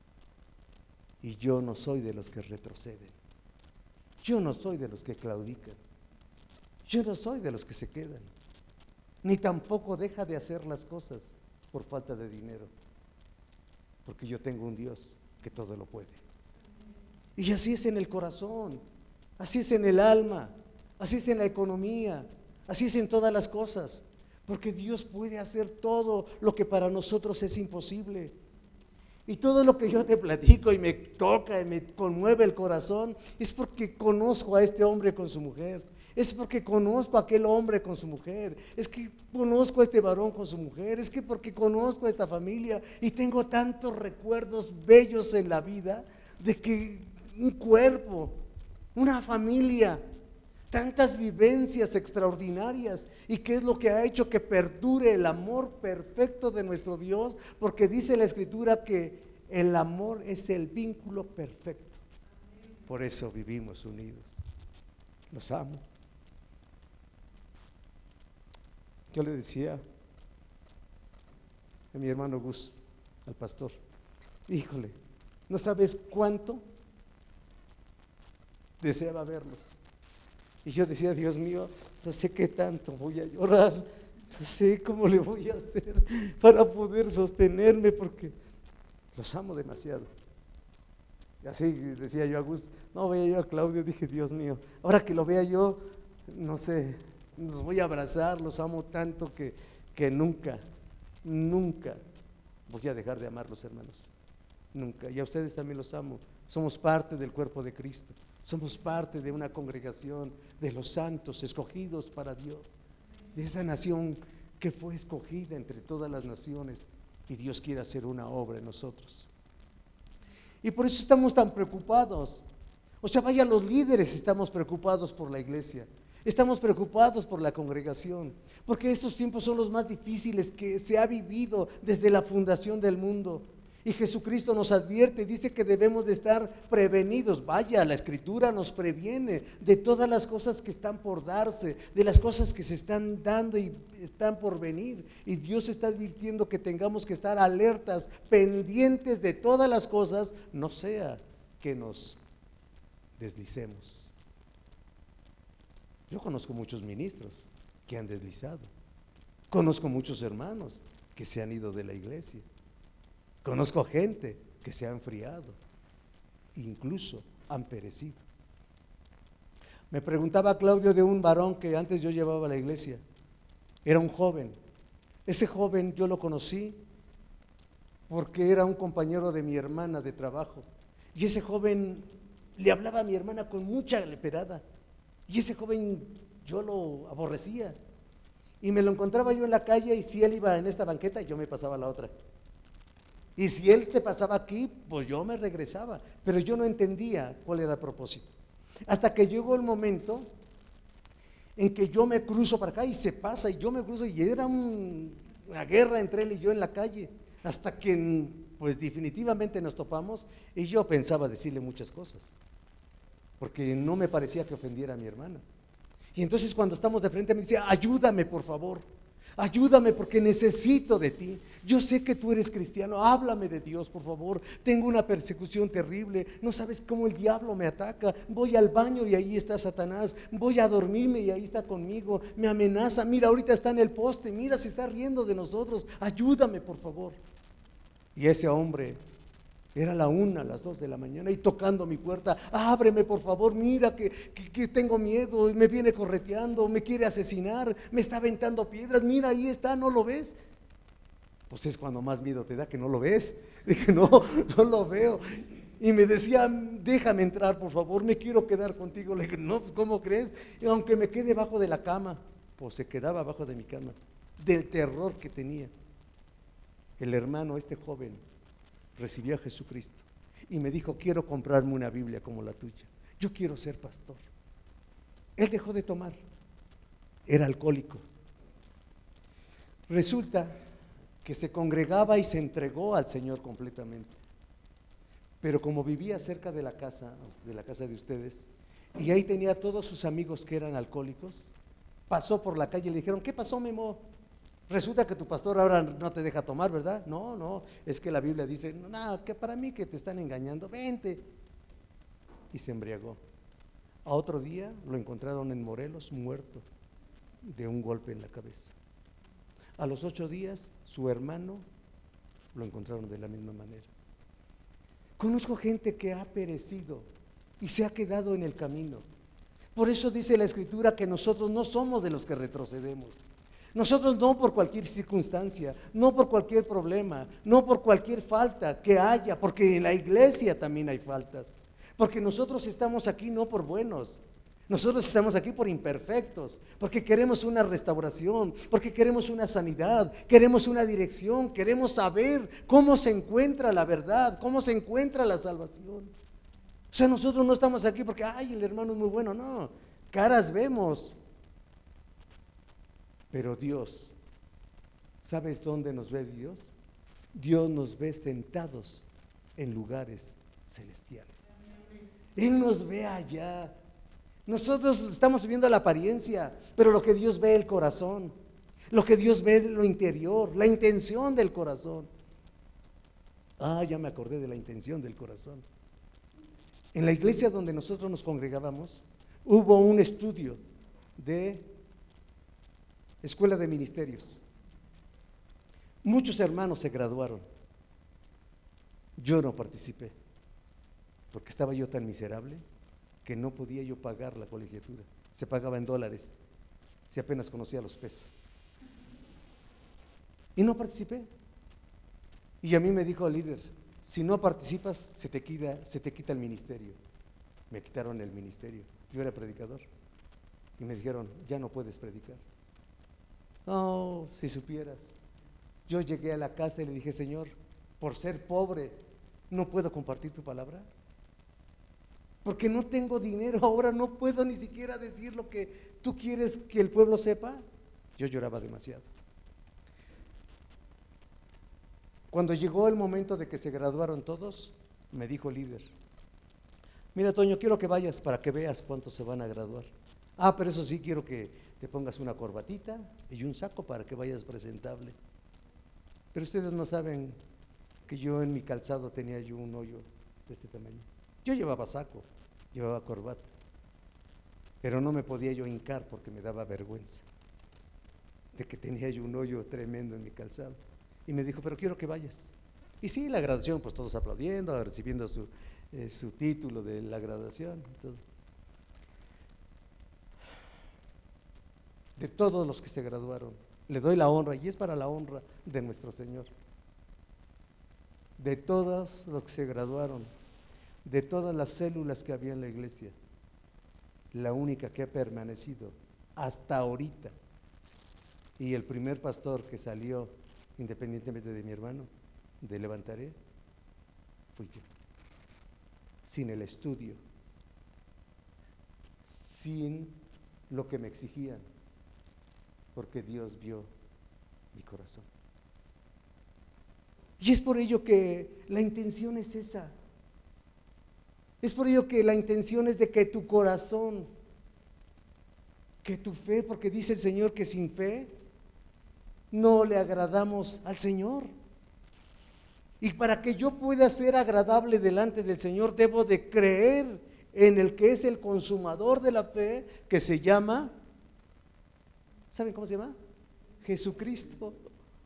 y yo no soy de los que retroceden, yo no soy de los que claudican, yo no soy de los que se quedan, ni tampoco deja de hacer las cosas por falta de dinero, porque yo tengo un Dios que todo lo puede. Y así es en el corazón, así es en el alma, así es en la economía, así es en todas las cosas, porque Dios puede hacer todo lo que para nosotros es imposible. Y todo lo que yo te platico y me toca y me conmueve el corazón es porque conozco a este hombre con su mujer, es porque conozco a aquel hombre con su mujer, es que conozco a este varón con su mujer, es que porque conozco a esta familia y tengo tantos recuerdos bellos en la vida de que un cuerpo, una familia, tantas vivencias extraordinarias. ¿Y qué es lo que ha hecho que perdure el amor perfecto de nuestro Dios? Porque dice la Escritura que el amor es el vínculo perfecto. Por eso vivimos unidos. Los amo. Yo le decía a mi hermano Gus, al pastor, híjole, no sabes cuánto deseaba verlos. Y yo decía, Dios mío, no sé qué tanto voy a llorar, no sé cómo le voy a hacer para poder sostenerme, porque los amo demasiado. Y así decía yo a Gus, no veía yo a Claudio, dije, Dios mío, ahora que lo vea yo, no sé, los voy a abrazar, los amo tanto que, que nunca, nunca voy a dejar de amarlos, hermanos, nunca. Y a ustedes también los amo, somos parte del cuerpo de Cristo. Somos parte de una congregación de los santos escogidos para Dios, de esa nación que fue escogida entre todas las naciones, y Dios quiere hacer una obra en nosotros. Y por eso estamos tan preocupados. O sea, vaya, los líderes estamos preocupados por la iglesia, estamos preocupados por la congregación, porque estos tiempos son los más difíciles que se ha vivido desde la fundación del mundo. Y Jesucristo nos advierte, dice que debemos de estar prevenidos. Vaya, la Escritura nos previene de todas las cosas que están por darse, de las cosas que se están dando y están por venir. Y Dios está advirtiendo que tengamos que estar alertas, pendientes de todas las cosas, no sea que nos deslicemos. Yo conozco muchos ministros que han deslizado, Conozco muchos hermanos que se han ido de la iglesia. Conozco gente que se ha enfriado, incluso han perecido. Me preguntaba Claudio de un varón que antes yo llevaba a la iglesia. Era un joven. Ese joven yo lo conocí porque era un compañero de mi hermana de trabajo. Y ese joven le hablaba a mi hermana con mucha leperada. Y ese joven yo lo aborrecía. Y me lo encontraba yo en la calle, y si él iba en esta banqueta, yo me pasaba a la otra. Y si él te pasaba aquí, pues yo me regresaba. Pero yo no entendía cuál era el propósito. Hasta que llegó el momento en que yo me cruzo para acá y se pasa, y yo me cruzo, y era un, una guerra entre él y yo en la calle. Hasta que pues definitivamente nos topamos, y yo pensaba decirle muchas cosas, porque no me parecía que ofendiera a mi hermana. Y entonces cuando estamos de frente me dice: ayúdame por favor, ayúdame porque necesito de ti. Yo sé que tú eres cristiano, háblame de Dios por favor. Tengo una persecución terrible, no sabes cómo el diablo me ataca. Voy al baño y ahí está Satanás, voy a dormirme y ahí está conmigo, me amenaza, mira ahorita está en el poste, mira se está riendo de nosotros, ayúdame por favor. Y ese hombre, era la una, las dos de la mañana, y tocando mi puerta: ábreme por favor, mira que, que, que tengo miedo, me viene correteando, me quiere asesinar, me está aventando piedras, mira ahí está, ¿no lo ves? Pues es cuando más miedo te da, que no lo ves. Dije: no, no lo veo. Y me decía: déjame entrar por favor, me quiero quedar contigo. Le dije: no, pues ¿cómo crees? Y aunque me quede bajo de la cama, pues se quedaba abajo de mi cama, del terror que tenía. El hermano, este joven, recibió a Jesucristo y me dijo: quiero comprarme una Biblia como la tuya, yo quiero ser pastor. Él dejó de tomar, era alcohólico. Resulta que se congregaba y se entregó al Señor completamente, pero como vivía cerca de la casa, de la casa de ustedes, y ahí tenía a todos sus amigos que eran alcohólicos, pasó por la calle y le dijeron: ¿qué pasó, Memo? Resulta que tu pastor ahora no te deja tomar, ¿verdad? No, no, es que la Biblia dice: no, que para mí que te están engañando, vente. Y se embriagó. A otro día lo encontraron en Morelos muerto de un golpe en la cabeza. A los ocho días su hermano lo encontraron de la misma manera. Conozco gente que ha perecido y se ha quedado en el camino. Por eso dice la Escritura que nosotros no somos de los que retrocedemos. Nosotros no por cualquier circunstancia, no por cualquier problema, no por cualquier falta que haya, porque en la iglesia también hay faltas, porque nosotros estamos aquí no por buenos, nosotros estamos aquí por imperfectos, porque queremos una restauración, porque queremos una sanidad, queremos una dirección, queremos saber cómo se encuentra la verdad, cómo se encuentra la salvación. O sea, nosotros no estamos aquí porque, ay, el hermano es muy bueno, no, caras vemos. Pero Dios, ¿sabes dónde nos ve Dios? Dios nos ve sentados en lugares celestiales. Él nos ve allá. Nosotros estamos viendo la apariencia, pero lo que Dios ve es el corazón. Lo que Dios ve es lo interior, la intención del corazón. Ah, ya me acordé de la intención del corazón. En la iglesia donde nosotros nos congregábamos, hubo un estudio de escuela de ministerios. Muchos hermanos se graduaron. Yo no participé, porque estaba yo tan miserable que no podía yo pagar la colegiatura. Se pagaba en dólares, si apenas conocía los pesos. Y no participé. Y a mí me dijo el líder: si no participas, se te quita, se te quita el ministerio. Me quitaron el ministerio. Yo era predicador. Y me dijeron: ya no puedes predicar. No, si supieras, yo llegué a la casa y le dije: Señor, por ser pobre, ¿no puedo compartir tu palabra? Porque no tengo dinero, ahora no puedo ni siquiera decir lo que tú quieres que el pueblo sepa. Yo lloraba demasiado. Cuando llegó el momento de que se graduaron todos, me dijo el líder: mira, Toño, quiero que vayas para que veas cuántos se van a graduar. Ah, pero eso sí, quiero que te pongas una corbatita y un saco para que vayas presentable. Pero ustedes no saben que yo en mi calzado tenía yo un hoyo de este tamaño. Yo llevaba saco, llevaba corbata, pero no me podía yo hincar porque me daba vergüenza. de que tenía yo un hoyo tremendo en mi calzado. Y me dijo, pero quiero que vayas. Y sí, la graduación, pues todos aplaudiendo, recibiendo su, eh, su título de la graduación y todo. De todos los que se graduaron, le doy la honra, y es para la honra de nuestro Señor. De todos los que se graduaron, de todas las células que había en la iglesia, la única que ha permanecido hasta ahorita, y el primer pastor que salió, independientemente de mi hermano, de Levantaré, fui yo. Sin el estudio, sin lo que me exigían, porque Dios vio mi corazón. Y es por ello que la intención es esa. Es por ello que la intención es de que tu corazón, que tu fe, porque dice el Señor que sin fe no le agradamos al Señor. Y para que yo pueda ser agradable delante del Señor, debo de creer en el que es el consumador de la fe, que se llama, ¿saben cómo se llama? Jesucristo.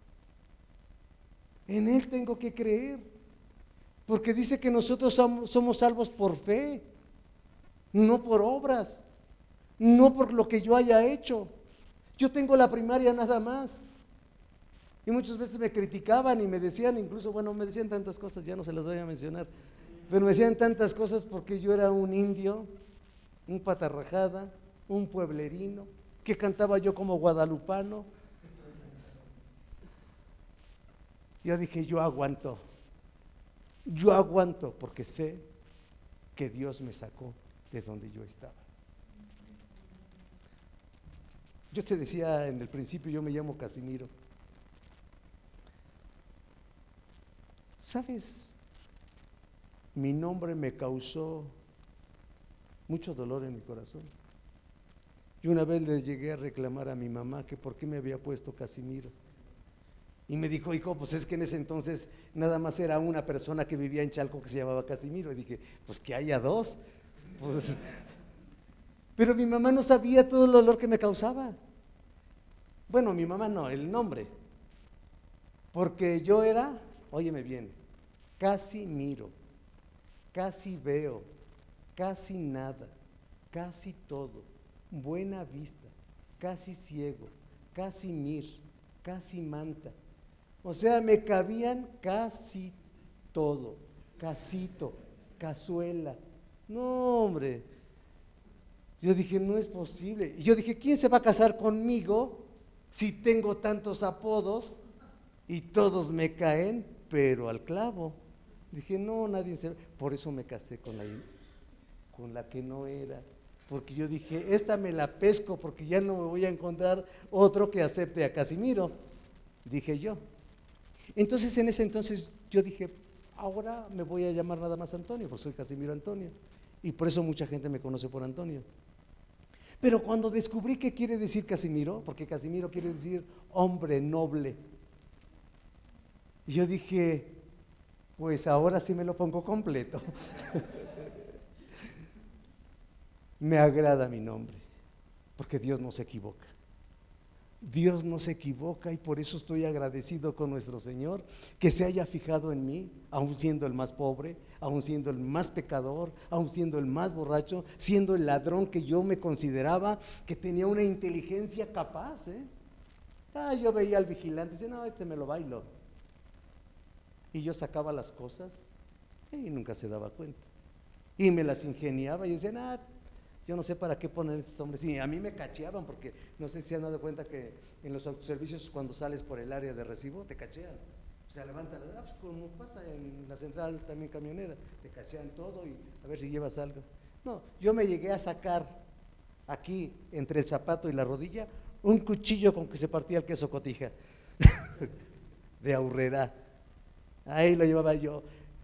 En Él tengo que creer, porque dice que nosotros somos, somos salvos por fe, no por obras, no por lo que yo haya hecho. Yo tengo la primaria nada más. Y muchas veces me criticaban y me decían, incluso, bueno, me decían tantas cosas, ya no se las voy a mencionar, pero me decían tantas cosas porque yo era un indio, un patarrajada, un pueblerino, que cantaba yo como guadalupano. Yo dije, yo aguanto, yo aguanto porque sé que Dios me sacó de donde yo estaba. Yo te decía en el principio, yo me llamo Casimiro. ¿Sabes? Mi nombre me causó mucho dolor en mi corazón. Y una vez le llegué a reclamar a mi mamá que por qué me había puesto Casimiro. Y me dijo, hijo, pues es que en ese entonces nada más era una persona que vivía en Chalco que se llamaba Casimiro. Y dije, pues que haya dos. Pues, pero mi mamá no sabía todo el dolor que me causaba. Bueno, mi mamá no, el nombre. Porque yo era, óyeme bien, casi miro, casi veo, casi nada, casi todo, buena vista, casi ciego, casi mir, casi manta. O sea, me cabían casi todo, casito, cazuela. No, hombre. Yo dije, no es posible. Y yo dije, ¿quién se va a casar conmigo si tengo tantos apodos y todos me caen, pero al clavo? Dije, no, nadie se... Por eso me casé con la, con la que no era. Porque yo dije, esta me la pesco porque ya no me voy a encontrar otro que acepte a Casimiro. Dije yo. Entonces en ese entonces yo dije, ahora me voy a llamar nada más Antonio, pues soy Casimiro Antonio. Y por eso mucha gente me conoce por Antonio. Pero cuando descubrí qué quiere decir Casimiro, porque Casimiro quiere decir hombre noble, y yo dije, pues ahora sí me lo pongo completo. Me agrada mi nombre, porque Dios no se equivoca. Dios no se equivoca y por eso estoy agradecido con nuestro Señor que se haya fijado en mí, aun siendo el más pobre, aun siendo el más pecador, aun siendo el más borracho, siendo el ladrón que yo me consideraba que tenía una inteligencia capaz, ¿eh? Ah, yo veía al vigilante y decía, no, este me lo bailo. Y yo sacaba las cosas y nunca se daba cuenta. Y me las ingeniaba y decía, ah, yo no sé para qué poner esos hombres. Y a mí me cacheaban porque no sé si han dado cuenta que en los autoservicios cuando sales por el área de recibo te cachean. O sea, levantan, ah, pues como pasa en la central también camionera, te cachean todo y a ver si llevas algo. No, yo me llegué a sacar aquí entre el zapato y la rodilla un cuchillo con que se partía el queso cotija de Aurrera. Ahí lo llevaba yo.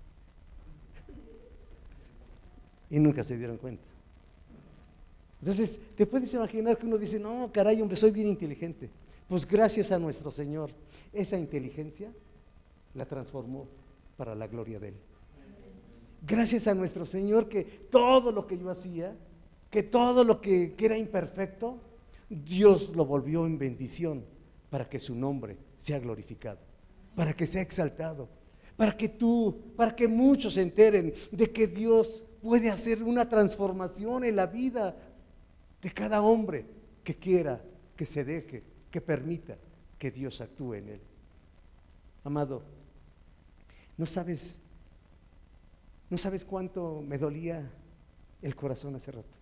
Y nunca se dieron cuenta. Entonces, te puedes imaginar que uno dice, no, caray, hombre, soy bien inteligente. Pues gracias a nuestro Señor, esa inteligencia la transformó para la gloria de Él. Gracias a nuestro Señor que todo lo que yo hacía, que todo lo que, que era imperfecto, Dios lo volvió en bendición para que su nombre sea glorificado, para que sea exaltado, para que tú, para que muchos se enteren de que Dios puede hacer una transformación en la vida de cada hombre que quiera, que se deje, que permita que Dios actúe en él. Amado, no sabes, no sabes cuánto me dolía el corazón hace rato.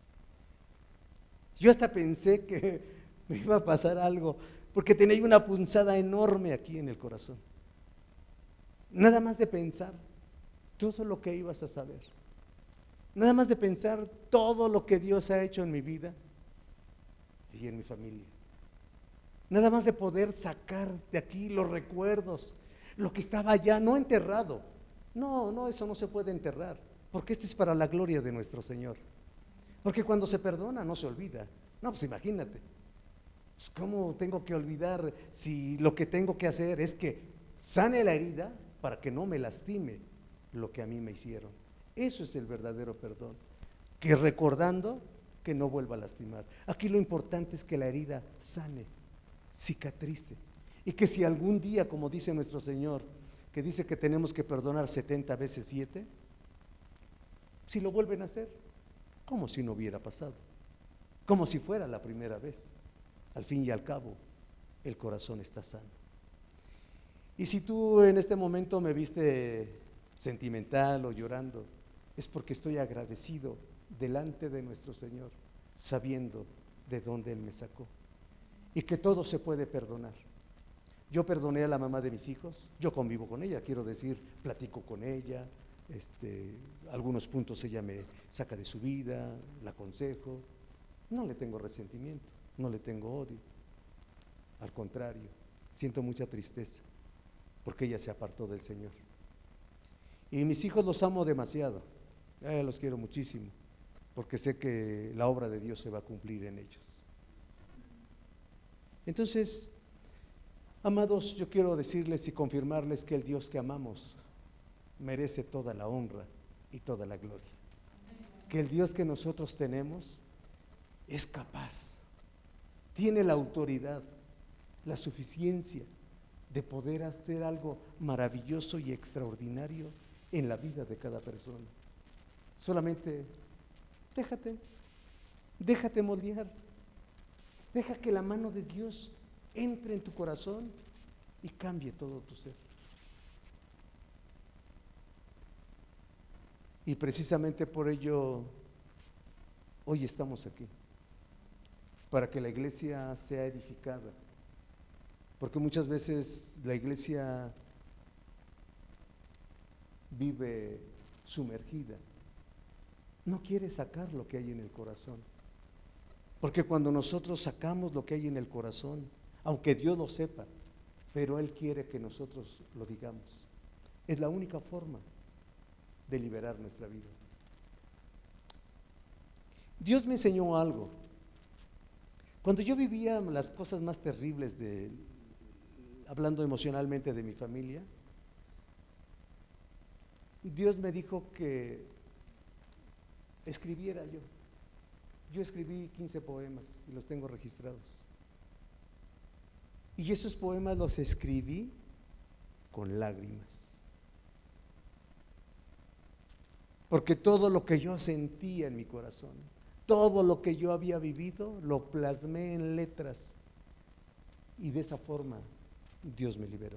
Yo hasta pensé que me iba a pasar algo, porque tenía una punzada enorme aquí en el corazón. Nada más de pensar todo lo que ibas a saber, nada más de pensar todo lo que Dios ha hecho en mi vida y en mi familia, nada más de poder sacar de aquí los recuerdos, lo que estaba allá, no enterrado. No, no, eso no se puede enterrar, porque esto es para la gloria de nuestro Señor. Porque cuando se perdona no se olvida. No, pues imagínate, pues ¿cómo tengo que olvidar si lo que tengo que hacer es que sane la herida para que no me lastime lo que a mí me hicieron? Eso es el verdadero perdón, que recordando que no vuelva a lastimar. Aquí lo importante es que la herida sane, cicatrice, y que si algún día, como dice nuestro Señor, que dice que tenemos que perdonar setenta veces siete, si lo vuelven a hacer, como si no hubiera pasado, como si fuera la primera vez. Al fin y al cabo, el corazón está sano. Y si tú en este momento me viste sentimental o llorando, es porque estoy agradecido delante de nuestro Señor, sabiendo de dónde Él me sacó y que todo se puede perdonar. Yo perdoné a la mamá de mis hijos, yo convivo con ella, quiero decir, platico con ella, este, algunos puntos ella me saca de su vida, la aconsejo, no le tengo resentimiento, no le tengo odio, al contrario, siento mucha tristeza porque ella se apartó del Señor. Y mis hijos los amo demasiado, eh, los quiero muchísimo, porque sé que la obra de Dios se va a cumplir en ellos. Entonces, amados, yo quiero decirles y confirmarles que el Dios que amamos merece toda la honra y toda la gloria. Que el Dios que nosotros tenemos es capaz, tiene la autoridad, la suficiencia de poder hacer algo maravilloso y extraordinario en la vida de cada persona. Solamente déjate, déjate moldear, deja que la mano de Dios entre en tu corazón y cambie todo tu ser. Y precisamente por ello hoy estamos aquí, para que la iglesia sea edificada, porque muchas veces la iglesia vive sumergida, no quiere sacar lo que hay en el corazón, porque cuando nosotros sacamos lo que hay en el corazón, aunque Dios lo sepa, pero Él quiere que nosotros lo digamos, es la única forma de liberar nuestra vida. Dios me enseñó algo. Cuando yo vivía las cosas más terribles de, hablando emocionalmente de mi familia, Dios me dijo que escribiera yo. Yo escribí quince poemas y los tengo registrados. Y esos poemas los escribí con lágrimas. Porque todo lo que yo sentía en mi corazón, todo lo que yo había vivido, lo plasmé en letras. Y de esa forma Dios me liberó.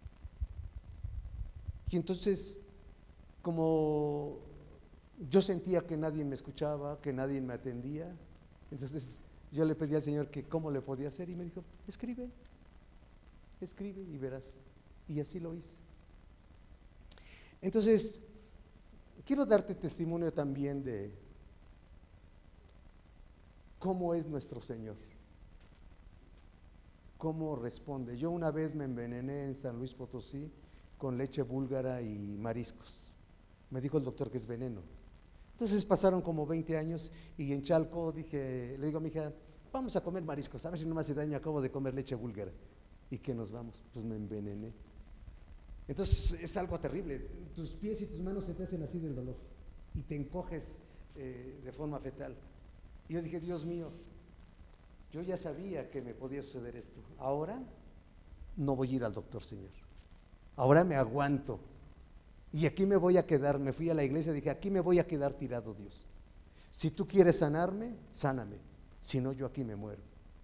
Y entonces, como yo sentía que nadie me escuchaba, que nadie me atendía, entonces yo le pedí al Señor que cómo le podía hacer y me dijo, escribe, escribe y verás. Y así lo hice. Entonces, quiero darte testimonio también de cómo es nuestro Señor, cómo responde. Yo una vez me envenené en San Luis Potosí con leche búlgara y mariscos. Me dijo el doctor que es veneno. Entonces pasaron como veinte años y en Chalco dije, le digo a mi hija, vamos a comer mariscos, a ver si no me hace daño, acabo de comer leche búlgara. ¿Y qué nos vamos? Pues me envenené. Entonces es algo terrible, tus pies y tus manos se te hacen así del dolor y te encoges eh, de forma fetal. Y yo dije, Dios mío, yo ya sabía que me podía suceder esto. Ahora no voy a ir al doctor, Señor. Ahora me aguanto. Y aquí me voy a quedar. Me fui a la iglesia y dije, aquí me voy a quedar tirado, Dios. Si tú quieres sanarme, sáname. Si no, yo aquí me muero.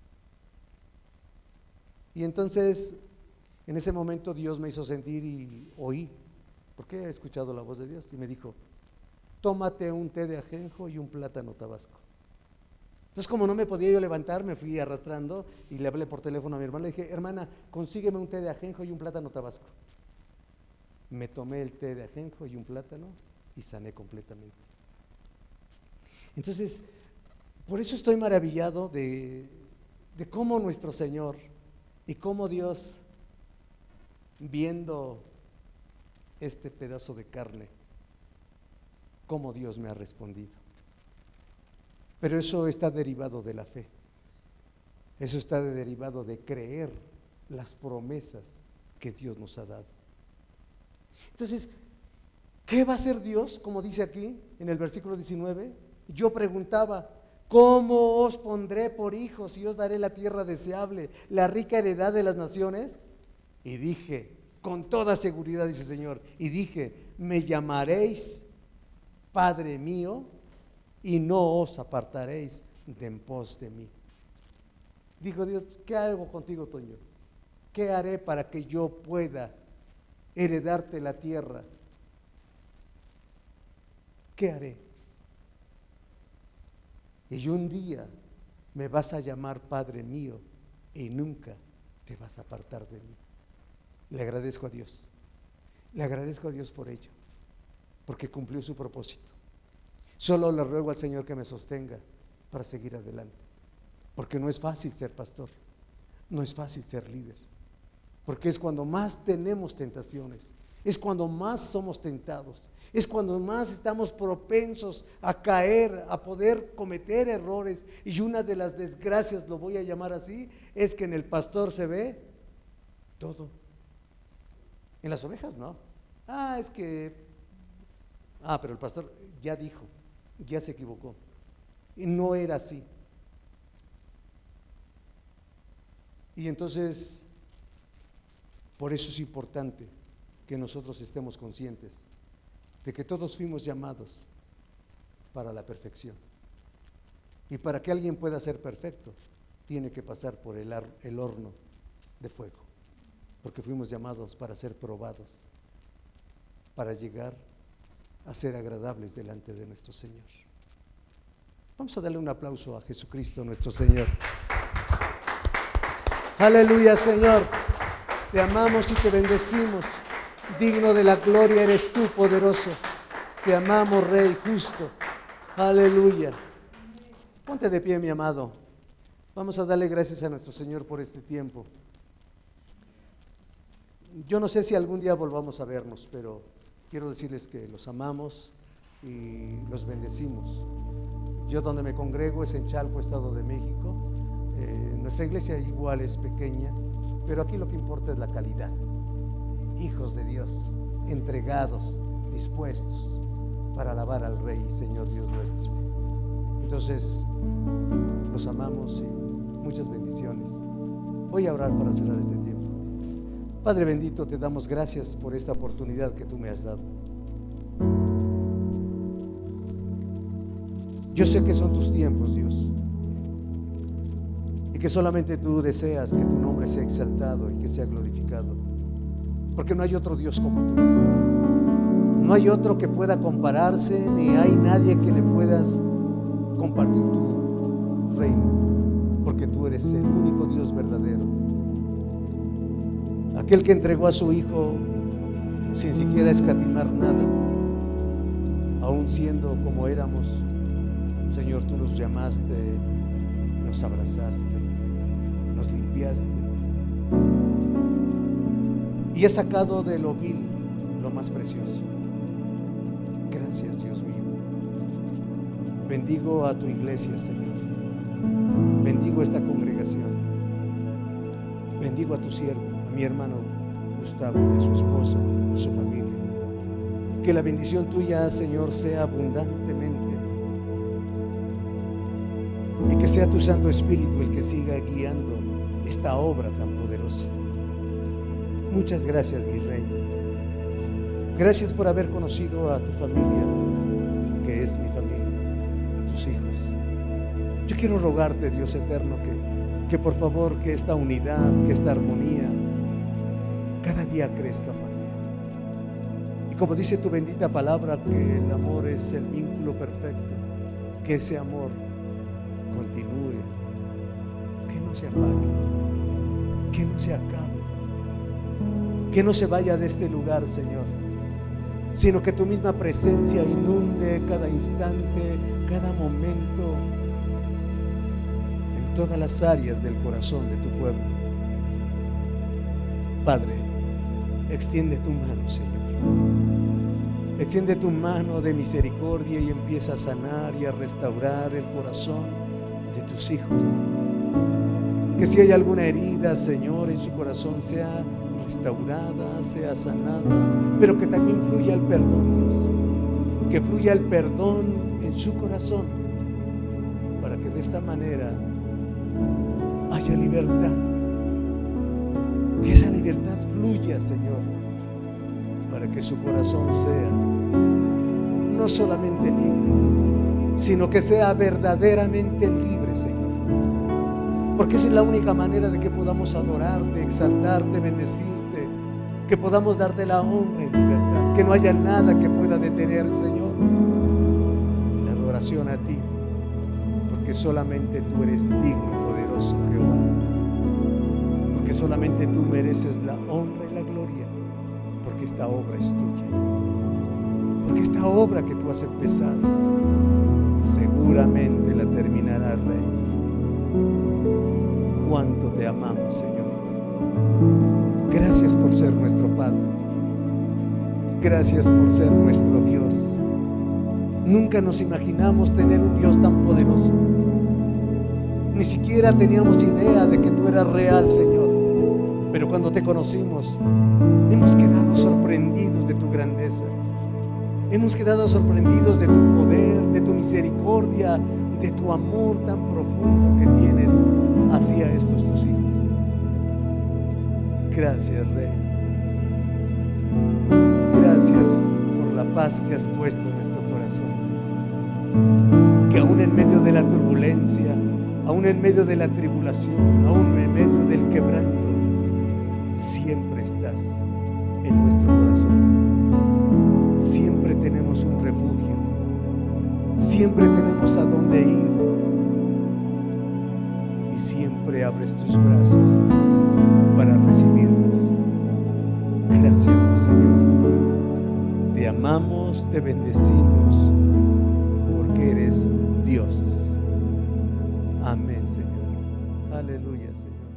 Y entonces, en ese momento Dios me hizo sentir y oí, porque he escuchado la voz de Dios, y me dijo, tómate un té de ajenjo y un plátano tabasco. Entonces, como no me podía yo levantar, me fui arrastrando y le hablé por teléfono a mi hermana. Le dije, hermana, consígueme un té de ajenjo y un plátano tabasco. Me tomé el té de ajenjo y un plátano y sané completamente. Entonces, por eso estoy maravillado de, de cómo nuestro Señor y cómo Dios, viendo este pedazo de carne, cómo Dios me ha respondido. Pero eso está derivado de la fe. Eso está derivado de creer las promesas que Dios nos ha dado. Entonces, ¿qué va a hacer Dios? Como dice aquí en el versículo diecinueve, yo preguntaba, ¿cómo os pondré por hijos y os daré la tierra deseable, la rica heredad de las naciones? Y dije, con toda seguridad, dice el Señor, y dije, me llamaréis Padre mío, y no os apartaréis de en pos de mí. Dijo Dios, ¿qué hago contigo, Toño? ¿Qué haré para que yo pueda heredarte la tierra? ¿Qué haré? Y un día me vas a llamar Padre mío y nunca te vas a apartar de mí. Le agradezco a Dios, le agradezco a Dios por ello, porque cumplió su propósito. Solo le ruego al Señor que me sostenga para seguir adelante, porque no es fácil ser pastor, no es fácil ser líder, porque es cuando más tenemos tentaciones, es cuando más somos tentados, es cuando más estamos propensos a caer, a poder cometer errores. Y una de las desgracias, lo voy a llamar así, es que en el pastor se ve todo. En las ovejas no. Ah, es que, ah, pero el pastor ya dijo, ya se equivocó. Y no era así. Y entonces, por eso es importante que nosotros estemos conscientes de que todos fuimos llamados para la perfección. Y para que alguien pueda ser perfecto, tiene que pasar por el, ar, el horno de fuego, porque fuimos llamados para ser probados, para llegar a ser agradables delante de nuestro Señor. Vamos a darle un aplauso a Jesucristo nuestro Señor. Aleluya, Señor, te amamos y te bendecimos. Digno de la gloria eres tú, poderoso. Te amamos, Rey justo. Aleluya. Ponte de pie, mi amado. Vamos a darle gracias a nuestro Señor por este tiempo. Yo no sé si algún día volvamos a vernos, pero quiero decirles que los amamos y los bendecimos. Yo donde me congrego es en Chalco, Estado de México. Eh, nuestra iglesia igual es pequeña, pero aquí lo que importa es la calidad. Hijos de Dios, entregados, dispuestos para alabar al Rey y Señor Dios nuestro. Entonces, los amamos y muchas bendiciones. Voy a orar para cerrar este tiempo. Padre bendito, te damos gracias por esta oportunidad que tú me has dado. Yo sé que son tus tiempos, Dios, y que solamente tú deseas que tu nombre sea exaltado y que sea glorificado, porque no hay otro Dios como tú. No hay otro que pueda compararse, ni hay nadie que le puedas compartir tu reino, porque tú eres el único Dios verdadero, aquel que entregó a su Hijo sin siquiera escatimar nada, aún siendo como éramos. Señor, tú nos llamaste, nos abrazaste, nos limpiaste y has sacado de lo vil lo más precioso. Gracias, Dios mío. Bendigo a tu iglesia, Señor. Bendigo esta congregación. Bendigo a tu siervo, a mi hermano Gustavo, a su esposa, a su familia. Que la bendición tuya, Señor, sea abundantemente y que sea tu Santo Espíritu el que siga guiando esta obra tan poderosa. Muchas gracias, mi Rey. Gracias por haber conocido a tu familia, que es mi familia, a tus hijos. Yo quiero rogarte, Dios eterno, que, que por favor, que esta unidad, que esta armonía cada día crezca más. Y como dice tu bendita palabra, que el amor es el vínculo perfecto, que ese amor continúe, que no se apague, que no se acabe, que no se vaya de este lugar, Señor, sino que tu misma presencia inunde cada instante, cada momento, en todas las áreas del corazón de tu pueblo. Padre, extiende tu mano, Señor. Extiende tu mano de misericordia y empieza a sanar y a restaurar el corazón de tus hijos. Que si hay alguna herida, Señor, en su corazón, sea restaurada, sea sanada, pero que también fluya el perdón, Dios. Que fluya el perdón en su corazón, para que de esta manera haya libertad. Que esa libertad fluya, Señor, para que su corazón sea no solamente libre, sino que sea verdaderamente libre, Señor. Porque esa es la única manera de que podamos adorarte, exaltarte, bendecirte, que podamos darte la honra en libertad, que no haya nada que pueda detener, Señor, la adoración a ti, porque solamente tú eres digno, poderoso Jehová, porque solamente tú mereces la honra y la gloria, porque esta obra es tuya, porque esta obra que tú has empezado seguramente la terminará, Rey. Cuánto te amamos, Señor. Gracias por ser nuestro Padre. Gracias por ser nuestro Dios. Nunca nos imaginamos tener un Dios tan poderoso. Ni siquiera teníamos idea de que tú eras real, Señor. Pero cuando te conocimos, hemos quedado sorprendidos de tu grandeza. Hemos quedado sorprendidos de tu poder, de tu misericordia, de tu amor tan profundo que tienes hacia estos tus hijos. Gracias, Rey. Gracias por la paz que has puesto en nuestro corazón. Que aún en medio de la turbulencia, aún en medio de la tribulación, aún en medio del quebranto, siempre estás en nuestro corazón. Siempre tenemos un refugio. Siempre tenemos a dónde ir. Y siempre abres tus brazos para recibirnos. Gracias, mi Señor. Te amamos, te bendecimos, porque eres Dios. Amén, Señor. Aleluya, Señor.